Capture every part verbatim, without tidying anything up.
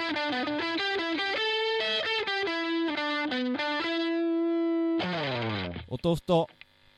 おとふと。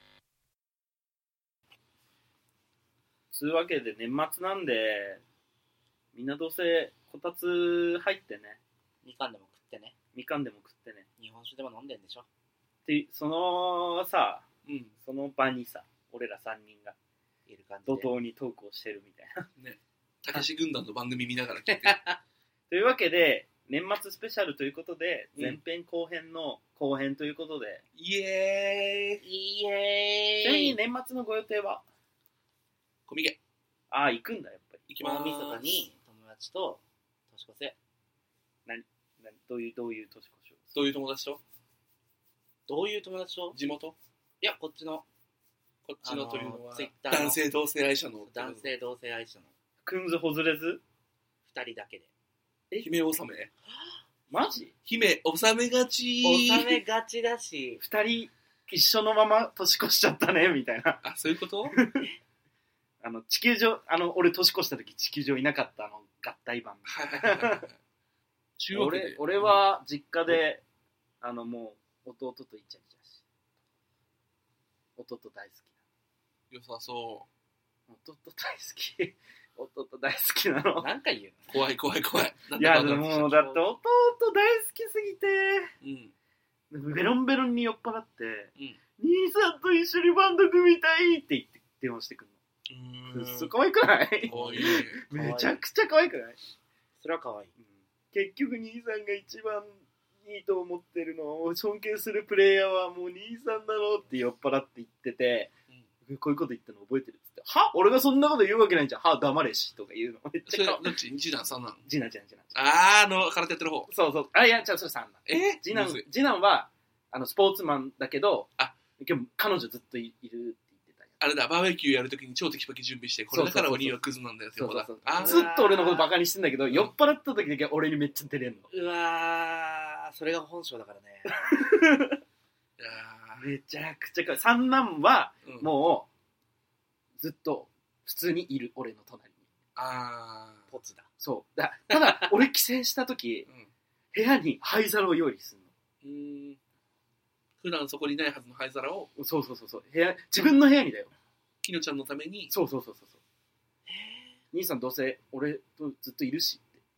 つうわけで年末なんでみんなどうせこたつ入ってね、 みかんでも食ってね、 みかんでも食ってね日本酒でも飲んでんでしょ。 でそのさ、 うん、 その場にさ、俺らさんにんがいる感じで怒涛にトークをしてるみたいなね、たけし軍団の番組見ながら聞いてというわけで年末スペシャルということで、 うん前編後編の後編ということで、 イエーイイエちなみにーイ。 年末のご予定は？ コミケああ、行くんだやっぱり。 行きまーす。 大晦日に友達と年越せ。 何何どういうどういう年越しを？ どういう友達とどういう友達と？ 地元いや、こっちのこっちのというのは、 あのー Twitter の男性同性愛者の男性同性愛者のくんずほずれず？ ふたりだけで姫納めマジ？ 姫納めがち収めがちだし二人一緒のまま年越しちゃったねみたいな。 あ、そういうことあの地球上、あの俺年越した時地球上いなかったあの合体版。 はいはいはいはい中国で俺俺は実家で、あのもう弟とイチャイチャし、弟大好き良さそなの。弟大好き。弟大好きなの。 何回言うう怖い怖い怖いいやでなんだかんだもだって弟大好きすぎて、 うんベロンベロンに酔っ払って、 うん兄さんと一緒にバンド組みたいって言って電話してくるの。 うーんすっごい可愛くない？ 可愛いねめちゃくちゃ可愛くない？ それは可愛い。 結局兄さんが一番いいと思ってるのを尊敬するプレイヤーはもう兄さんだろうって酔っ払って言ってて、こういうこと言ったの覚えてるっつって、は俺がそんなこと言うわけないじゃん、は黙れしとか言うのめっそれちゃかどっち次男三男次男次男次男あーあの空手やってる方そうそう、あいやじゃあそれ三男え次男むずい次男はあのスポーツマンだけど、 あでも彼女ずっといるって言ってたよ。 あれだバーベキューやるときに超テキパキ準備してこれだからお兄はクズなんだよってことだそうそうそうあーずっと俺のことバカにしてんだけど、酔っ払った時だけ俺にめっちゃ照れんの。 うわー、それが本性だからね。 いやめちゃくちゃ可愛い。三男はーうんもうずっと普通にいる俺の隣に。 あーポツだ。 そうだただ俺帰省した時うん部屋に灰皿を用意するうーん普段そこにないはずの灰皿をの。そうそうそうそう、部屋自分の部屋にだよ。 きのちゃんのためにそうそうそうそうそう。兄さんどうせ俺とずっといるしって。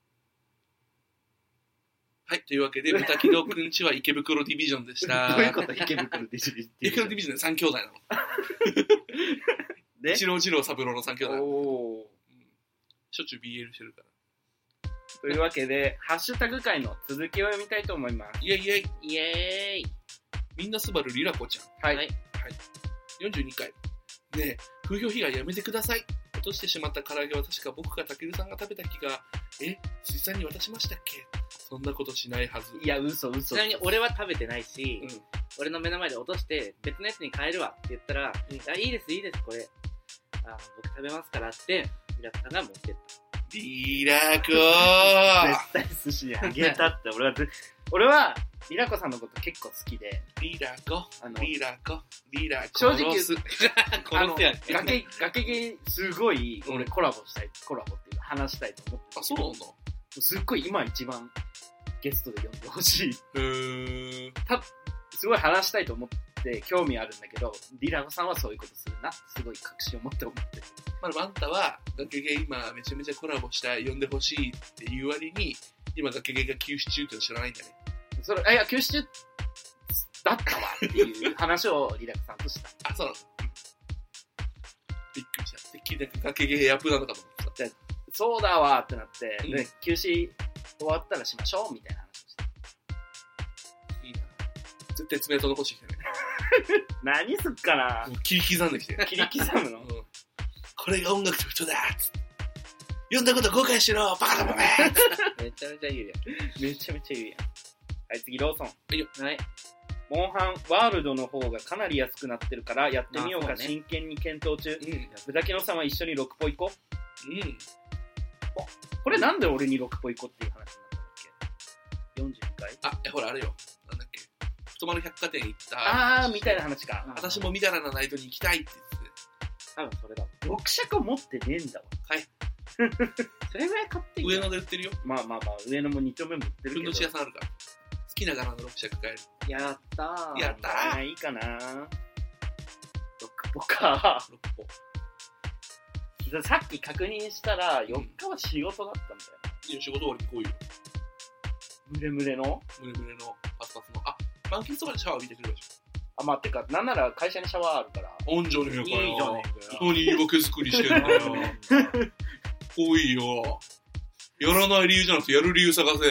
はいというわけで豚木戸くんちは池袋ディビジョンでしたどういうこと？池袋ディズニー池袋ディビジョンでさん兄弟なので一郎二郎三郎のさん兄弟なのおーしょっちゅう ビーエル してるからというわけでハッシュタグ会の続きを読みたいと思います。 イエイイエイイエーイ。 みんなすばるリラコちゃんはい、 はいよんじゅうにかいねえ風評被害やめてください。落としてしまった唐揚げは確か僕かたけるさんが食べた気がえ辻さんに渡しましたっけ。そんなことしないはず。 いや嘘嘘。 ちなみに俺は食べてないし、 うん俺の目の前で落として別のやつに変えるわって言ったら、 うんあいいですいいですこれあ僕食べますからってミラクさんが持ってった。 リラコ絶対寿司あげたって俺はず俺はミラコさんのこと結構好きで、 リラコあのリラコリラコ正直殺すあの殺すやん崖崖ゲすごい俺コラボしたい、コラボっていうか話したいと思ってるあそうなんだすっごい今一番ゲストで呼んでほしい。 へーたすごい話したいと思って興味あるんだけど、リラコさんはそういうことするなってすごい確信を持って思ってる。 まあ、あんたは崖ゲ今めちゃめちゃコラボしたい呼んでほしいっていう割に今崖ゲが休止中っての知らないんだね。 それあいや休止中だったわっていう話をリラコさんとした。 あそうなのびっくりしたてっきりなんか崖ゲヤプなのかと思ってた。 そうだわってなって、 うんで休止終わったらしましょうみたいな話をした。 いいな絶対爪痕残してきてね何すっかなもう切り刻んできて切り刻むのうんこれが音楽と人だっつって読んだこと後悔しろバカだもんねめちゃめちゃ言うめちゃめちゃ言うやん。はい次ローソン。 やん。はい。 モンハンワールドの方がかなり安くなってるからやってみようかあそうね真剣に検討中。 うん豚キノさんは一緒にろくポイコ。 うんこれなんで俺にろくポイコっていう話になったんだっけ？よんじゅうにかいあえほらあれよなんだっけ太丸百貨店行ったあーみたいな話か。 私もみだらなナイトに行きたいって言って多分それだわ。 ろく尺持ってねえんだわ。 はいそれぐらい買ってっていい上野で売ってるよ。 まあまあまあ、上野もに丁目も売ってるけど。 ふんどし屋さんあるから。好きな柄のろく尺買える。 やったー。 やったー。 いいかなー。ろくぽかろくぽ。 ー。さっき確認したら、よっかは仕事だったんだよ。 いや、仕事終わりにこういう。 ムレムレのムレムレのパツパツの。あ、満喫とかでシャワー浴びてくればいいじあ、まあ、てか、なんなら会社にシャワーあるから。 ゃん。あんじゃねえかよ。 いいじゃねえかよ。 何言い訳作りしてんだよ。おいよ。やらない理由じゃなくて、やる理由探せ。 ち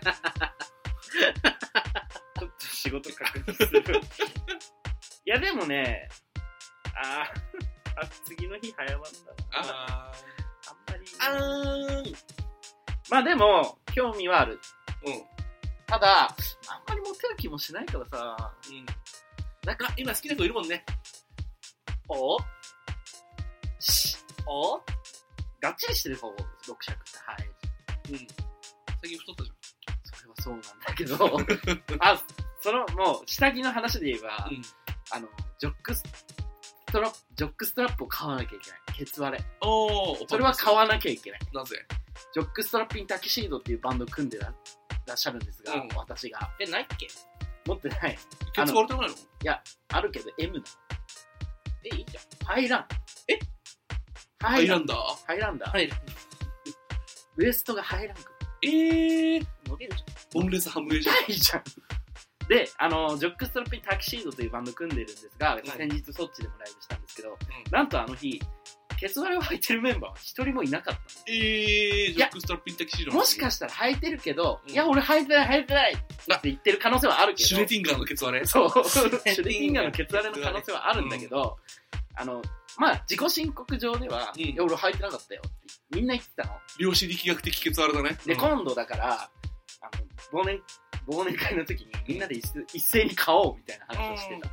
ょっと仕事確認する。いや、でもね、あー、あ次の日早番だな。 ああんまり。 ー。あー。 まあでも、興味はある。 うん。 ただ、あんまりモテる気もしないからさ。 うん。 なんか、 今好きな子いるもんね。 おし、おがっちりしてる方、ろく尺って、はい。 うん。最近太ったじそれはそうなんだけど、あ、その、もう、下着の話で言えば、 ゃん。うん。 あの、ジョックストラップ、ジョックストラップを買わなきゃいけない。ケツ割れ。 おー。 それは買わなきゃいけない。 なぜ？ ジョックストラッピンタキシードっていうバンドを組んでららっしゃるんですが、 うん私が。 え、ないっけ持ってない。 ケツ割れてないの？ あるけど M なの。 え、いいじゃん。 入らん。 え入らん。 ハイランダー？ 入らんだ。 はい。 ウエストが入らんく。 えー。 伸びるじボンレスハムエじゃん。 痛いじゃん。で、あの、ジョックストラッピンタキシードというバンドを組んでるんですが、 ん先日そっちでもライブしたんですけど、 んなんとあの日、ケツ割れを履いてるメンバーは一人もいなかったんです。 えー。ジョックストラッピンタキシードもしかししたら履いてるけど、 うんいや、俺履いてない、履いてないって言ってる可能性はあるけど、 シュレティンガーのケツ割れ？ そう、シュレティンガーのケツ割れの可能性はあるんだけど、あの、まあ、自己申告上では、 うんいや、俺履いてなかったよってみんな言ってたの。 量子力学的ケツ割れだね。 で、 うん今度だから、あの、忘年、忘年会の時にみんなで一斉一斉に買おうみたいな話をしてた。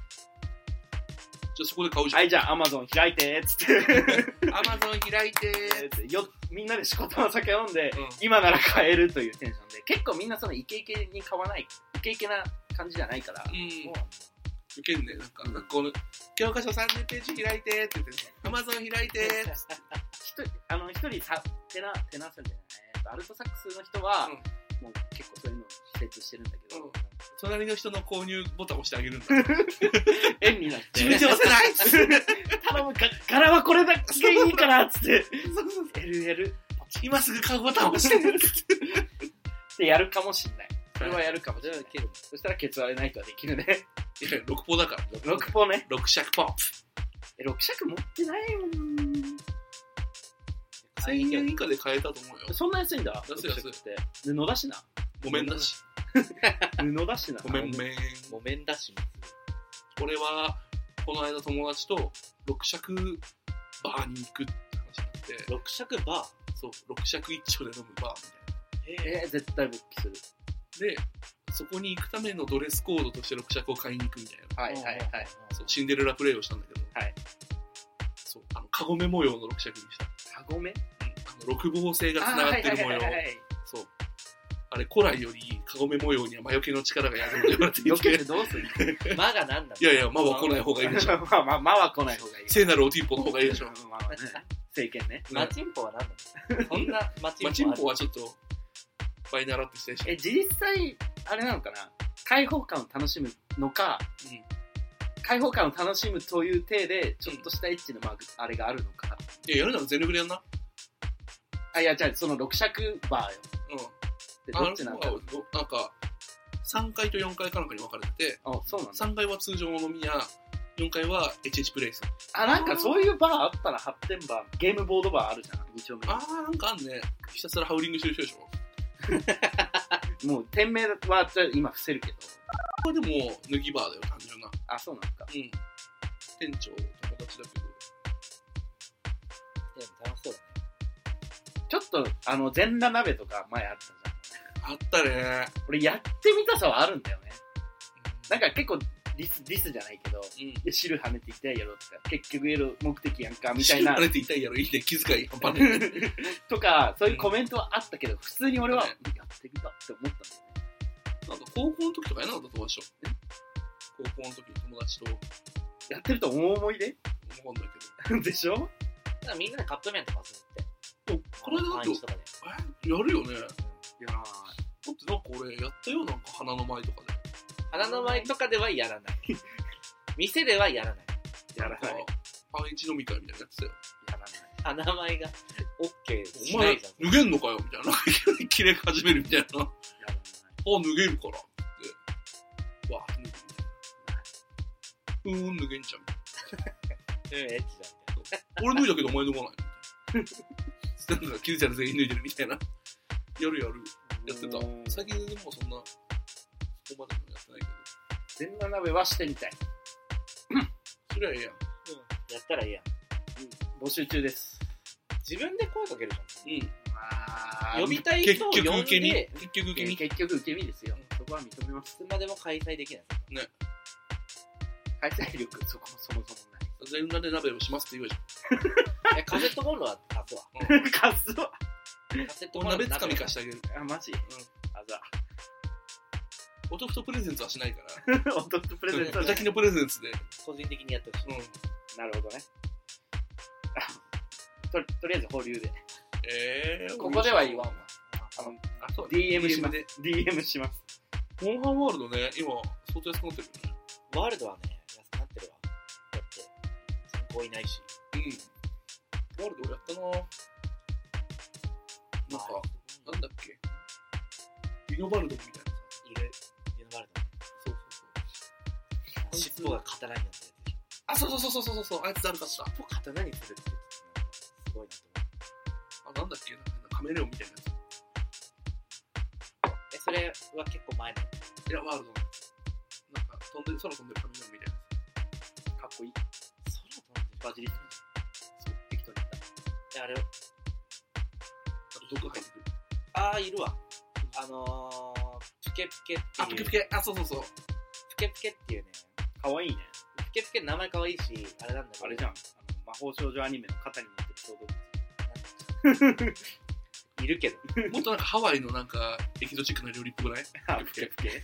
じゃあそこで買うじゃん。 はい、じゃあ、アマゾン開いて、つって。 アマゾン開いてー。 よみんなでしこたま酒飲んで、 うん今なら買えるというテンションで、結構みんなそのイケイケに買わない、イケイケな感じじゃないから、 うん。受けんね。なんか、学校の、教科書さんじゅうページ開いてーって言って、アマゾン開いてーっつって。 一人、あの、一人さ、テナ、テナーさんじゃない、えっとアルトサックスの人は、 うんもう結構そういうのを施設してるんだけど、 うん隣の人の購入ボタン押してあげるんだ。 円になって、 自分で押せないっつって。 頼む、が柄はこれだけいいからっつって、エルエル今すぐ買うボタン押してるっつって。 ってやるかもしんない。それはやるかもしれない。 けど、 そしたらケツ割れない人はできるね。 いや、ろくポだから。 ろくポね。 ろく尺ポン。 え、ろく尺持ってないもん。 せんえん以下で買えたと思うよ。 そんな安いんだ。 安い安いろく尺って。布だしな。 ごめんだし。 布だしな。 ごめんめん。 木綿だし、 俺は、この間友達とろく尺バーに行くって話になって、 ろく尺バそう、ろく尺一丁で飲むバーみたいな。 えー、絶対勃起する。 で、そこに行くためのドレスコードとしてろく尺を買いに行くみたいな。 はいはいはい。 そう、シンデレラプレイをしたんだけど、 はい。 そう、あの、カゴメ模様のろく尺にした。 カゴメあの、六芒星が繋がってる模様。そう。あれ、古来よりカゴメ模様には魔除けの力が宿ると言われていて。 余計てどうするー。魔がなんだいやいや、魔は来ない方がいいでしょ。 まあまあ、まは来ない方がいい。 聖なるおティーポの方がいいでしょ。 まあまあね。政権ね。 マチンポは何なのそんなマチンポマチンポはちょっと、倍習ってしたでしょ。 え、実際、あれなのかな開放感を楽しむのか、 うん開放感を楽しむという体で、ちょっとしたエッチのマーク、あれがあるのか。 いや、やるなら全力でやんな。 あ、いや、じゃあ、そのろく尺バーよ。 うん。 でどっちなんだろう。 あなんか、さんかいとよんかいかなんかに分かれてて、 あ、そうなんだ。 さんかいは通常の飲み屋、よんかいは エイチエイチ プレイス。 あ、なんかそういうバーあったら発展バー、ゲームボードバーあるじゃん、に丁目に。 あー、なんかあんね。ひたすらハウリングしてる人でしょ。 もう店名はじゃあ今伏せるけど。 これでも、脱ぎバーだよ、単純な。 あ、そうなんか。 うん。店長、友達だけど。 でも楽しそうだね。 ちょっと、あの、全裸鍋とか前あったじゃん。 あったね。 俺やってみたさはあるんだよね。なんか結構ディス、ディスじゃないけど、 うん。 で汁跳ねていきたいやろとか、結局エロ目的やんか、みたいなあ。れて痛いやろ、いいね、気遣い半端ねえ。 とか、そういうコメントはあったけど、普通に俺はやってみたって思ったんだよね。 なんか高校の時とかやなかった友達と。高校の時に友達とやってると思う思い出思うんだけど。 でしょだからみんなでカップ麺とかするって。 でもこれだとパンイチとかで。 えやるよね。 やらない。 だってなんか俺やったよ、なんか花の舞とかで。 花の舞とかではやらない。店ではやらない。 やらない。 んかパンイチ飲み会みたいなやつだよ。 やらない。 花舞が OK しお前ないじゃん。 脱げんのかよみたいな。なんかいきなり切れ始めるみたいな。 やらない。 あ、脱げるからって。わーって脱ぐみたいな。うーん、脱げんちゃう。 うん、エッチじゃん。 俺脱いだけどお前脱がないみたいな。なんか気づいたら全員脱いでるみたいな。やるやる。やってた。最近でもそんな、そこまでもやってないけど。 全裸鍋はしてみたい。 そりゃええやん。 やったらいいやん。 募集中です。 自分で声かけるじうん。 あゃん。呼びたい結人を局受け身。 呼んで、 結局受け身。 結局受け身ですよ。そこは認めます。 いつまでも開催できない。 開催力、そこもそもそもない。 全裸で鍋をしますって言うじえ、カセットコンロは貸すわ。 カスは。 カセットゃん。 コンロ俺鍋つかみ貸してあげる。 あ、マジうん。 あざ。 お豆腐とプレゼントはしないから。 お豆腐プレゼント豚キのプレゼントで。 個人的にやってほしい。 うん。 なるほどね。ととりあえず保留で。 えー。 ここでは言わんわ。 あの、あ、そう。 ディーエム します。 で。 ディーエム します。 モンハンワールドね、今、相当安くなってるよね。 ワールドはね、安くなってるわ。だって、人口いないし。 うん。ワールドやったなぁ。なんか、なんだっけ。リノバルドみたいなさ。 いる。ユニバルド。 そうそうそう。 尻尾が刀になってるやつでしょ。 あ、そうそうそうそうそうそう、あいつだるかった。 尻尾刀にするってすごいなと思う。 あ、なんだっけな、カメレオンみたいなやえ、それは結構前の。 つ。いや、ワールドの。なんか、飛んでる、空飛んでるカメレオンみたいなやかっこいい。 空飛んでる。 バジリスそう、適当に言っえ、あれ、 つ。あと、毒入ってくる。 あー、いるわ。あのー、プケプケっていう。 あ、プケプケ。あ、そうそうそう。 プケプケっていうね。 た。かわいいね。 プケプケ名前可愛いし、あれなんだけど。 あれじゃん。あの魔法少女アニメの肩に乗ってる小動物。 いるけど。 もっとなんかハワイのなんか、エキゾチックな料理っぽくない？ あ、プケプケ。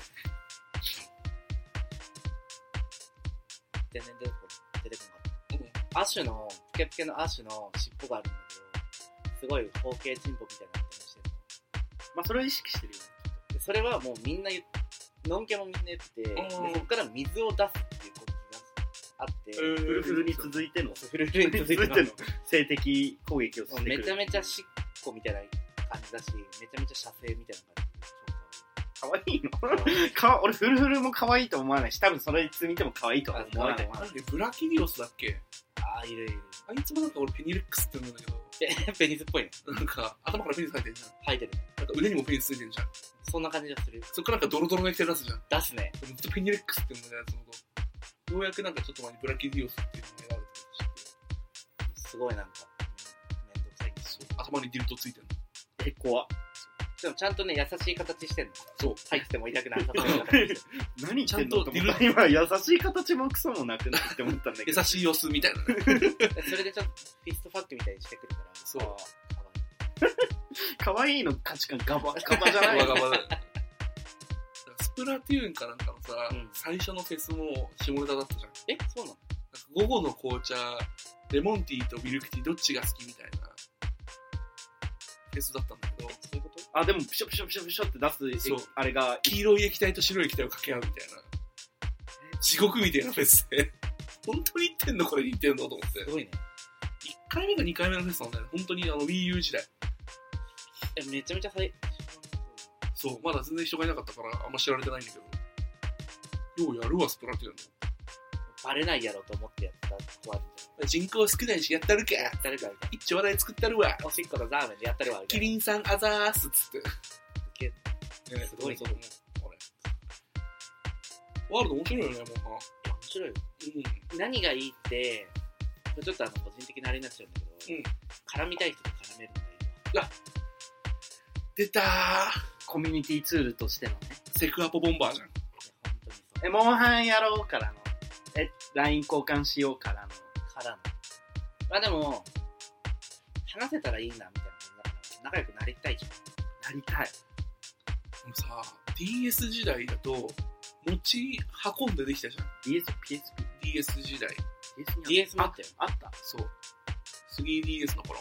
全然出てこない。出てこなかった。アシュの、プケプケのアシュの尻尾があるんだけど、すごい方形チンポみたいなのしてるまあ、それを意識してるよね。 の。でそれはもうみんな言っ、のんけもみんな言ってて、でうんそこから水を出すっていう攻撃があって、 えーフルフルに続いての、 フルフルに続いてのの性的攻撃をしてくる。 めちゃめちゃしっこみたいな感じだし、めちゃめちゃ射精みたいな感じで超かわいいの可愛い。 か俺フルフルも可愛いと思わないし、多分それいつ見ても可愛いとは思わない。 なんでブラキリオスだっけ？ あー、いるいる。 あいつもなんか俺ペニレックスって言うんだけど、 え、ペニスっぽいね。 なんか頭からペニス入ってんじゃん。 吐いてるね。 なんか腕にもペニスついてんじゃん。 そんな感じがする。 そっからなんかドロドロの液体出すじゃん。 出すね。 ずっとペニレックスって言うんだよ、そのこと。ようやくなんかちょっと前にブラキリオスっていうのが選ばれてるらしくて、 すごいなんか、めんどくさいんですよ。 頭にディルトついてるの。 え、怖っ。 でもちゃんとね、優しい形してんの。 そう。 入っても痛くなさそうな形してる。 何言ってんのと思ちゃんとディルった今、優しい形もクソもなくなって思ったんだけど。 優しい様子みたいなね。 それでちょっとフィストファックみたいにしてくるから。 そうかわいい。 可愛いの価値観ガバ、ガバじゃないガバガバだよね。スプラトゥーンかなんかのさ、 うん最初のフェスも下ネタだったじゃん。 え、そうなの？ なんか午後の紅茶、レモンティーとミルクティーどっちが好きみたいなフェスだったんだけど、 そういうこと？ あ、でも、ピショピショピショピショって出す、 そうあれが、 黄色い液体と白い液体を掛け合うみたいな、地獄みたいなフェスで、本当に言ってんのこれ言ってんのと思って。 すごいね。 いっかいめかにかいめのフェスなんだよね。本当にあの Wii U 時代。 え、めちゃめちゃ最、 そう、まだ全然人がいなかったからあんま知られてないんだけど、ようやるわ、スプラトゥーンバレないやろと思ってやった子あるんじの。人口少ないしやったるか。 ゃん。やったるかみたい一丁話題作ったるわ。 な。おしっことザーメンでやったるわみたキいな。 リンさんあざーすっつって。 けね、 すごいそうそうそう。俺ワールド面白いよね、もうな。 面白いよ。 うん。 何がいいって、ちょっとあの個人的なあれになっちゃうんだけど、 うん絡みたい人と絡めるのがいいわ。 出たー。 コミュニティツールとしてのね。 セクアポボンバーじゃん。 いや、本当にそう。 え、モンハンやろうからの。え、ライン 交換しようからの。 からの。まあでも、話せたらいいな、みたいな感じだから、仲良くなりたいじゃん。 なりたい。 でもさ、ディーエス 時代だと、持ち運んでできたじゃん。 ディーエス、ピーエスピー。 ディーエス 時代。 ディーエス にディーエス もあったよ。 あった。 そう。スリーディーエス の頃。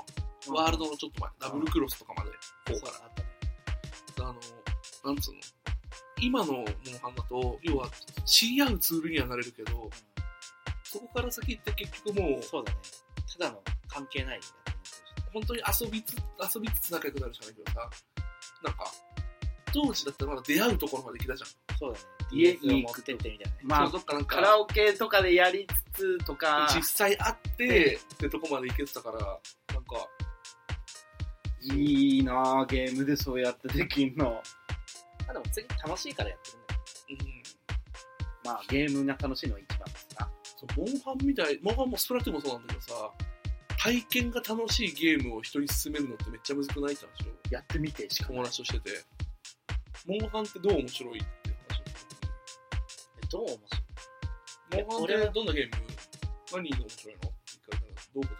ワールドのちょっと前、ダブルクロスとかまで、 そうこうかあったね。 ら。あの、なんつうの、今のモンハンだと、要は知り合うツールにはなれるけど、そこから先って結局もう、 そうだね。ただの関係ないやつになってるし本当に遊びつ、遊びつつ仲良くなるじゃないけどさ、なんか、当時だったらまだ出会うところまで来たじゃん。 そうだね。 家ディーエス を持ってってみたいなね。 まあそうどっかなんかカラオケとかでやりつつとか、 実際会ってってとこまで行けてたから、なんか、 いいなぁ、ゲームでそうやってできんの。 あ、でも次楽しいからやってるんだよ。 うん。 まあゲームが楽しいのが一番ですな。 そうモンハンみたい、モンハンもスプラトゥーンもそうなんだけどさ、体験が楽しいゲームを人に勧めるのってめっちゃむずくないって話をやってみてしか友ない。 達としてて、モンハンってどう面白いって話をしてて、 え、どう面白い？ モンハンってどんなゲーム、何が面白いの？一回からどう答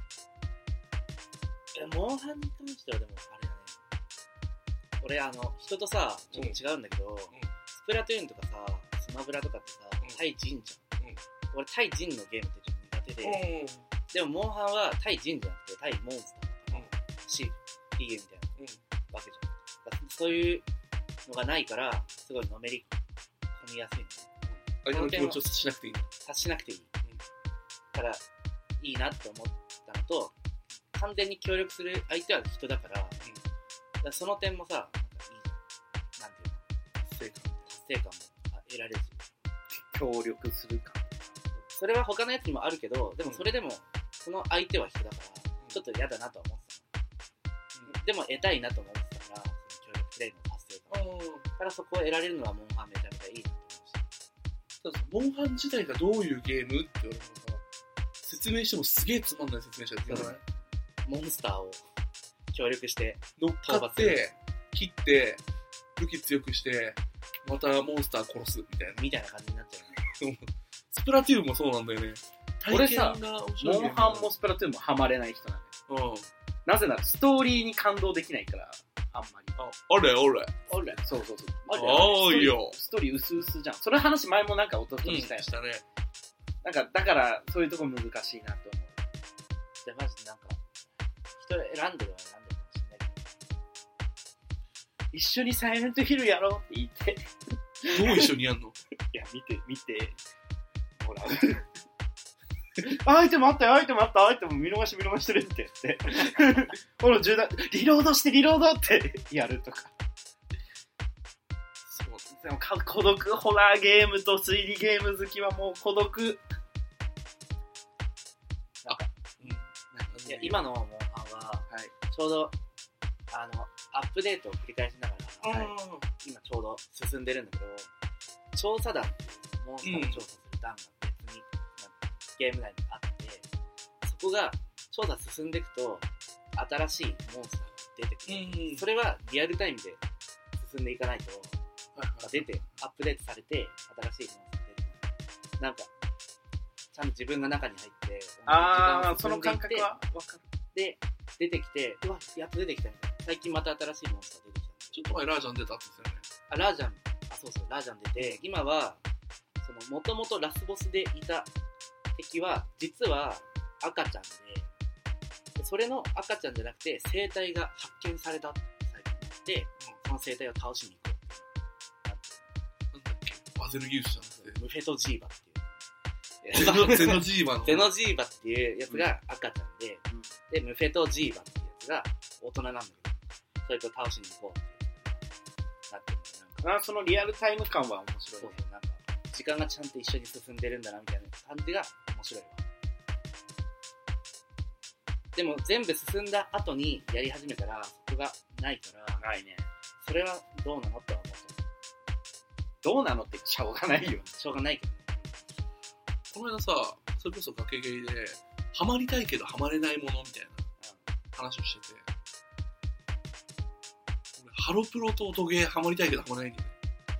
え、モンハンに関してはでもあれだね。俺あの、人とさ、ちょっと違うんだけど、スプラトゥーンとかさ、スマブラとかってさ、 うん対人じゃん。 うん俺対人のゲームってちょっと苦手で、 える？ でもモンハンは対人じゃなくて対モンスターとか、シーピーゲーみたいうん。うん。 なわけじゃん。だからそういうのがないから、すごいのめり込みやすいのね。 相手の気持ちを察しなくていいの。 察しなくていい。だから、いいなって思ったのと、完全に協力する相手は人だから、だからその点もさ、なんかいいじゃん。なんていうの、 達成感。 達成感も得られるし。 協力するか。 それは他のやつにもあるけど、でもそれでも、その相手は人だから、ちょっと嫌だなとは思ってたの。でも得たいなと思ってたから、その協力プレイの達成感。だからそこを得られるのはモンハンめちゃめちゃいいなと思うし。 たださ、モンハン自体がどういうゲームって言われるとさ、説明してもすげえつまんない説明しちゃってない？ モンスターを協力して、 乗っかって、切って、武器強くして、またモンスター殺すみたいな。 みたいな感じになっちゃうね。 スプラトゥーンもそうなんだよね。 俺さ体験が面白いモゲームンハンもスプラトゥーンもハマれない人なのよ。 うん。 なぜならストーリーに感動できないから、あんまり。 あ、あれあれ。 あれそうそうそう。 あれあーいよ。 ストーリー薄々じゃん。それ話前もなんか弟にしたよ。 したね。 なんか、だから、そういうとこ難しいなと思う。 じゃあマジでなんか、人選んでるは選んでるかもしれないけど。 一緒にサイレントヒルやろうって言って。 どう一緒にやんの？ いや、見て、見て。ほら。アイテムあったよ、アイテムあった、アイテム見逃し見逃してるって言って。ほら、銃弾、リロードしてリロードってやるとか。 そう。 でもか孤独、ホラーゲームと推理ゲーム好きはもう孤独。 なんか、 うん。 いや、今のモンハンは、 はい。 ちょうど、あの、アップデートを繰り返しながら、 はい今ちょうど進んでるんだけど、調査団っていうモンスターを調査する団が別に、ゲーム内にあって、そこが調査進んでいくと、新しいモンスターが出てくる。 うん。 それはリアルタイムで進んでいかないと、 はいはい出て、アップデートされて、新しいモンスターが出てくる。なんか、ちゃんと自分が中に入って、 あー、その同じ時間を進んでいって感覚はわかる。 で、出てきて、うわ、やっと出てきたみたいな。最近また新しいモンスター出てきた。 ちょっと前ラージャン出たって言ってあ、ラージャン、あ、そうそう、ラージャン出て、今は、その、もともとラスボスでいた敵は、実は赤ちゃんで、でそれの赤ちゃんじゃなくて、生体が発見されたって最近なって、その生体を倒しに行こうってなってたよね。なんだっけ、バゼルギウスじゃなくて。 ムフェトジーバっていう。 ゼノ、ゼノジーバの。 ゼノジーバっていうやつが赤ちゃんで、 うんで、ムフェトジーバっていうやつが大人なんだけど、それと倒しに行こうっていうなってるのなんか、 あ、そのリアルタイム感は面白いね。 そうそう、なんか、時間がちゃんと一緒に進んでるんだなみたいな感じが面白いわ。でも全部進んだ後にやり始めたら、そこがないから、 ないね。 それはどうなのって思っちゃどうなのってしょうがないよ。 う。しょうがないけどね。 この間さ、それこそ崖ゲイで、ハマりたいけどハマれないものみたいな話をしてて、俺ハロプロと音ゲーハマりたいけどハマれないんだよね。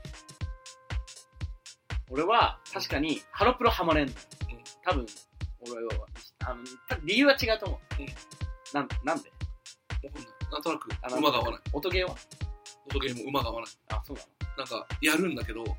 俺は、確かに、ハロプロハマれんのよ。 うん多分、俺は、あの、多分理由は違うと思う。 うんなん、なんでわかんない。なんとなくあの馬が合わない。 音ゲーは音ゲーも馬が合わない。 あ、そうなのなんか、やるんだけど、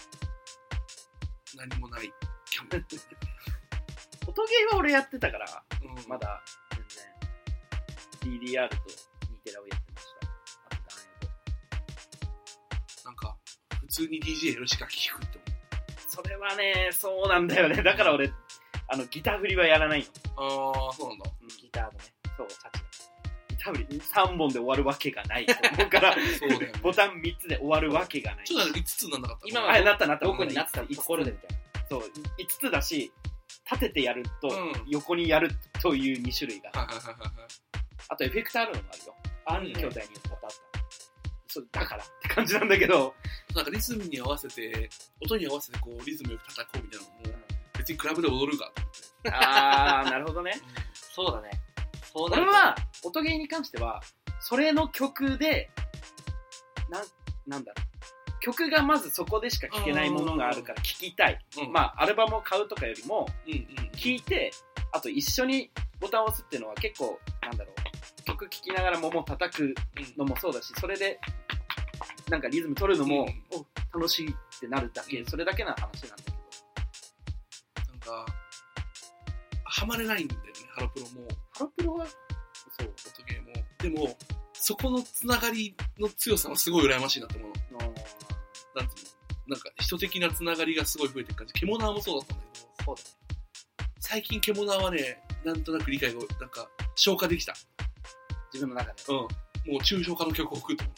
何もない。キャンプ。 音ゲーは俺やってたから、 うん、 まだ、全然。 ディーディーアール とニテラをやってました。あとダンエボ。 なんか普通に ディージェー やるしか聞くって思う。 それはね、そうなんだよね。だから俺、あのギター振りはやらないの。 ああ、そうなんだ。 ギターのね、 そう、チャチギター振りさんぼんで終わるわけがないと思うからそうだよねボタンみっつで終わるわけがない。 ちょっといつつなんなかった。 今はあ、なったなった。 どこになったところでみたいな。 そう、いつつだし、立ててやると、 うん横にやるというに種類が。 はいはいはいはい。 あとエフェクターあるのもあるよ。あるうん筐体によってあった。そうだからって感じなんだけど、 なんかリズムに合わせて、音に合わせてこうリズムよく叩こうみたいなのも、別にクラブで踊るかと思って。 あー、なるほどね。 そうだね。そうなると俺は、音ゲーに関しては、それの曲で、なん、なんだろう。曲がまずそこでしか聴けないものがあるから聴きたい。 うん、 まあ、アルバムを買うとかよりも、 うんうんうん、 聴いて、あと一緒にボタンを押すっていうのは結構、なんだろう。曲聴きながら桃を叩くのもそうだし、それで、なんかリズム取るのも、 うんお、楽しいってなるだけ、 うんそれだけの話なんだけど。 なんか、ハマれないんだよね、ハロプロも。 ハロプロは、そう、 音ゲーも。でも、そこのつながりの強さはすごい羨ましいなって思うの。 のなんつうのなんか人的なつながりがすごい増えてる感じ。ケモナーもそうだったんだけど、 そうだね。 最近ケモナーはね、なんとなく理解が、なんか、消化できた。 自分の中で。 うん。もう抽象化の曲を吹くと思って。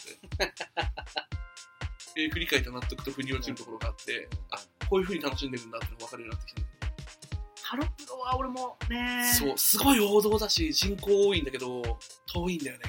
えー、振り返った納得と腑に落ちるところがあって、あ、こういう風に楽しんでるんだってのが分かるようになってきたんだけど。 ハロプロは俺もね、 そう、すごい王道だし、人口多いんだけど、遠いんだよね。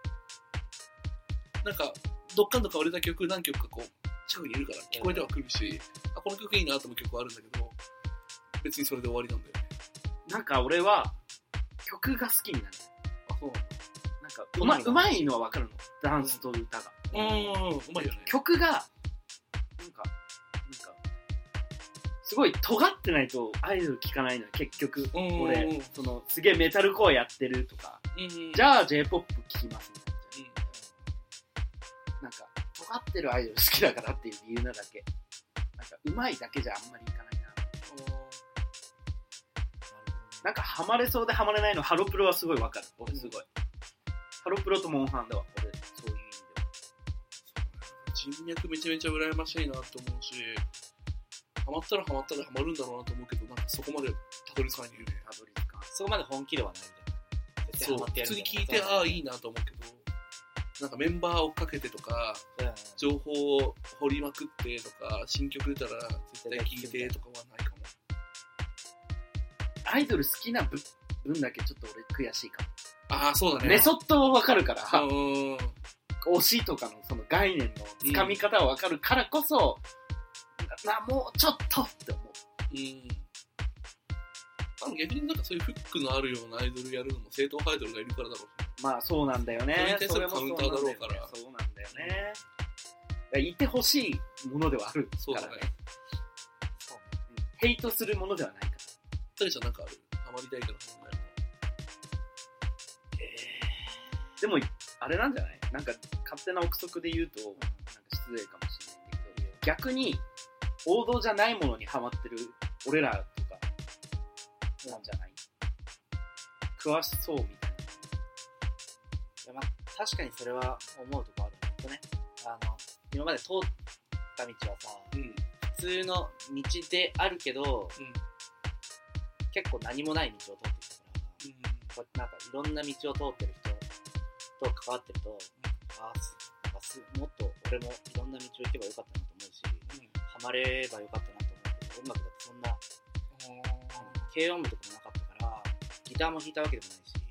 なんか、どっかんどっか俺だけ曲何曲かこう、近くにいるから聞こえてはくるし、あ、この曲いいなと思う曲はあるんだけど、別にそれで終わりなんだよね。 なんか俺は曲が好きになる。 あ、そうなんだ。 なんかうまい、うまいのはわかるの。ダンスと歌が。 うーん、うまいよね。 曲が、なんか、なんか、すごい尖ってないとアイドル聴かないのよ、結局。 うん俺、その、すげえメタルコアやってるとか、 うん、 じゃあ J-ポップ 聴きますみたいな。なんか、尖ってるアイドル好きだからっていう理由なだけ。なんか、うまいだけじゃあんまりいかないな。なんか、ハマれそうでハマれないの、ハロプロはすごいわかる。俺すごい。ハロプロとモンハンだわ、俺、そういう意味では。 人脈めちゃめちゃ羨ましいなと思うし、ハマったらハマったらハマるんだろうなと思うけど、なんかそこまでたどり着かないんだよね。 たどり着かん。 そこまで本気ではないみたいな。絶そう、 対ハマってやる普通に聞いみたなて、ああ、いいなと思うけど、なんかメンバーを追っかけてとか、 うん情報を掘りまくってとか、新曲出たら絶対聞いてとかはないかも。 アイドル好きな分分だけちょっと俺悔しいかも。 ああ、そうだね。 メソッドはわかるから、 うーん。 推しとかのその概念のつかみ方はわかるからこそ、な、もうちょっとって思う。 うん。あの逆になんかそういうフックのあるようなアイドルやるのも正統派アイドルがいるからだろうし。 まあそうなんだよね。 それに対するカウンターだろうからそうなんだよね。そうなんだよね。いてほしいものではあるからね。 そうだね。 そうねうんヘイトするものではないから。 たけちゃんなんかある？ハマりたいけどハマんないでも、あれなんじゃないなんか、勝手な憶測で言うと、なんか失礼かもしれないんだけど、逆に、王道じゃないものにハマってる俺らとか、なんじゃない詳しそうみたいいやまあ、確かにそれは思うとこあるんだけどね。あの、今まで通った道はさ、 の？うん。 普通の道であるけど、 うん。 結構何もない道を通ってきたから、こうやってなんかいろんな道を通ってる人と関わってると、ああ、すなんかすもっと俺もいろんな道を行けばよかったなと思うし、ハマればよかったなと思うけど、音楽だってそんな、軽音部とかもなかったから、ギターも弾いたわけでもないし、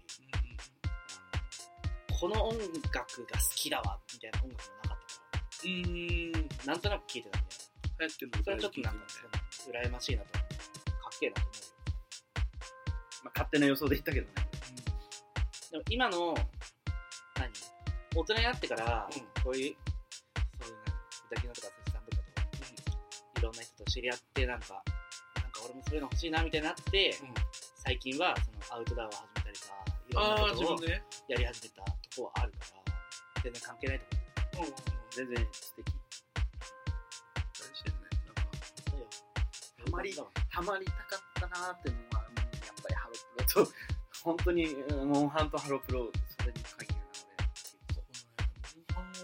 あのこの音楽が好きだわみたいな音楽もなかったかうん。うん。 ら、なんとなく聴いてたみたいな。 流行ってるのそれはちょっとなんか、羨ましいなと思う。かっけえなと思うよ。 まあ、勝手な予想で言ったけどね。 でも今の、何大人になってから、 うんこういう、そういう何、歌キノとか寿司さんとかと、いろんな人と知り合って、なんか、なんか俺もそういうの欲しいなみたいになって、 うん最近はそのアウトドアを始めたりさ、いろんああ、 なことを自分でね。 やり始めたとこはあるから、全然関係ないと思う。 うん。 全然素敵。 大事だよね。なんか。 そうよ。 ハマりだわハマりたかったなーっていうのは、うんやっぱりハロプロと、本当に、うんモンハンとハロプロ、それに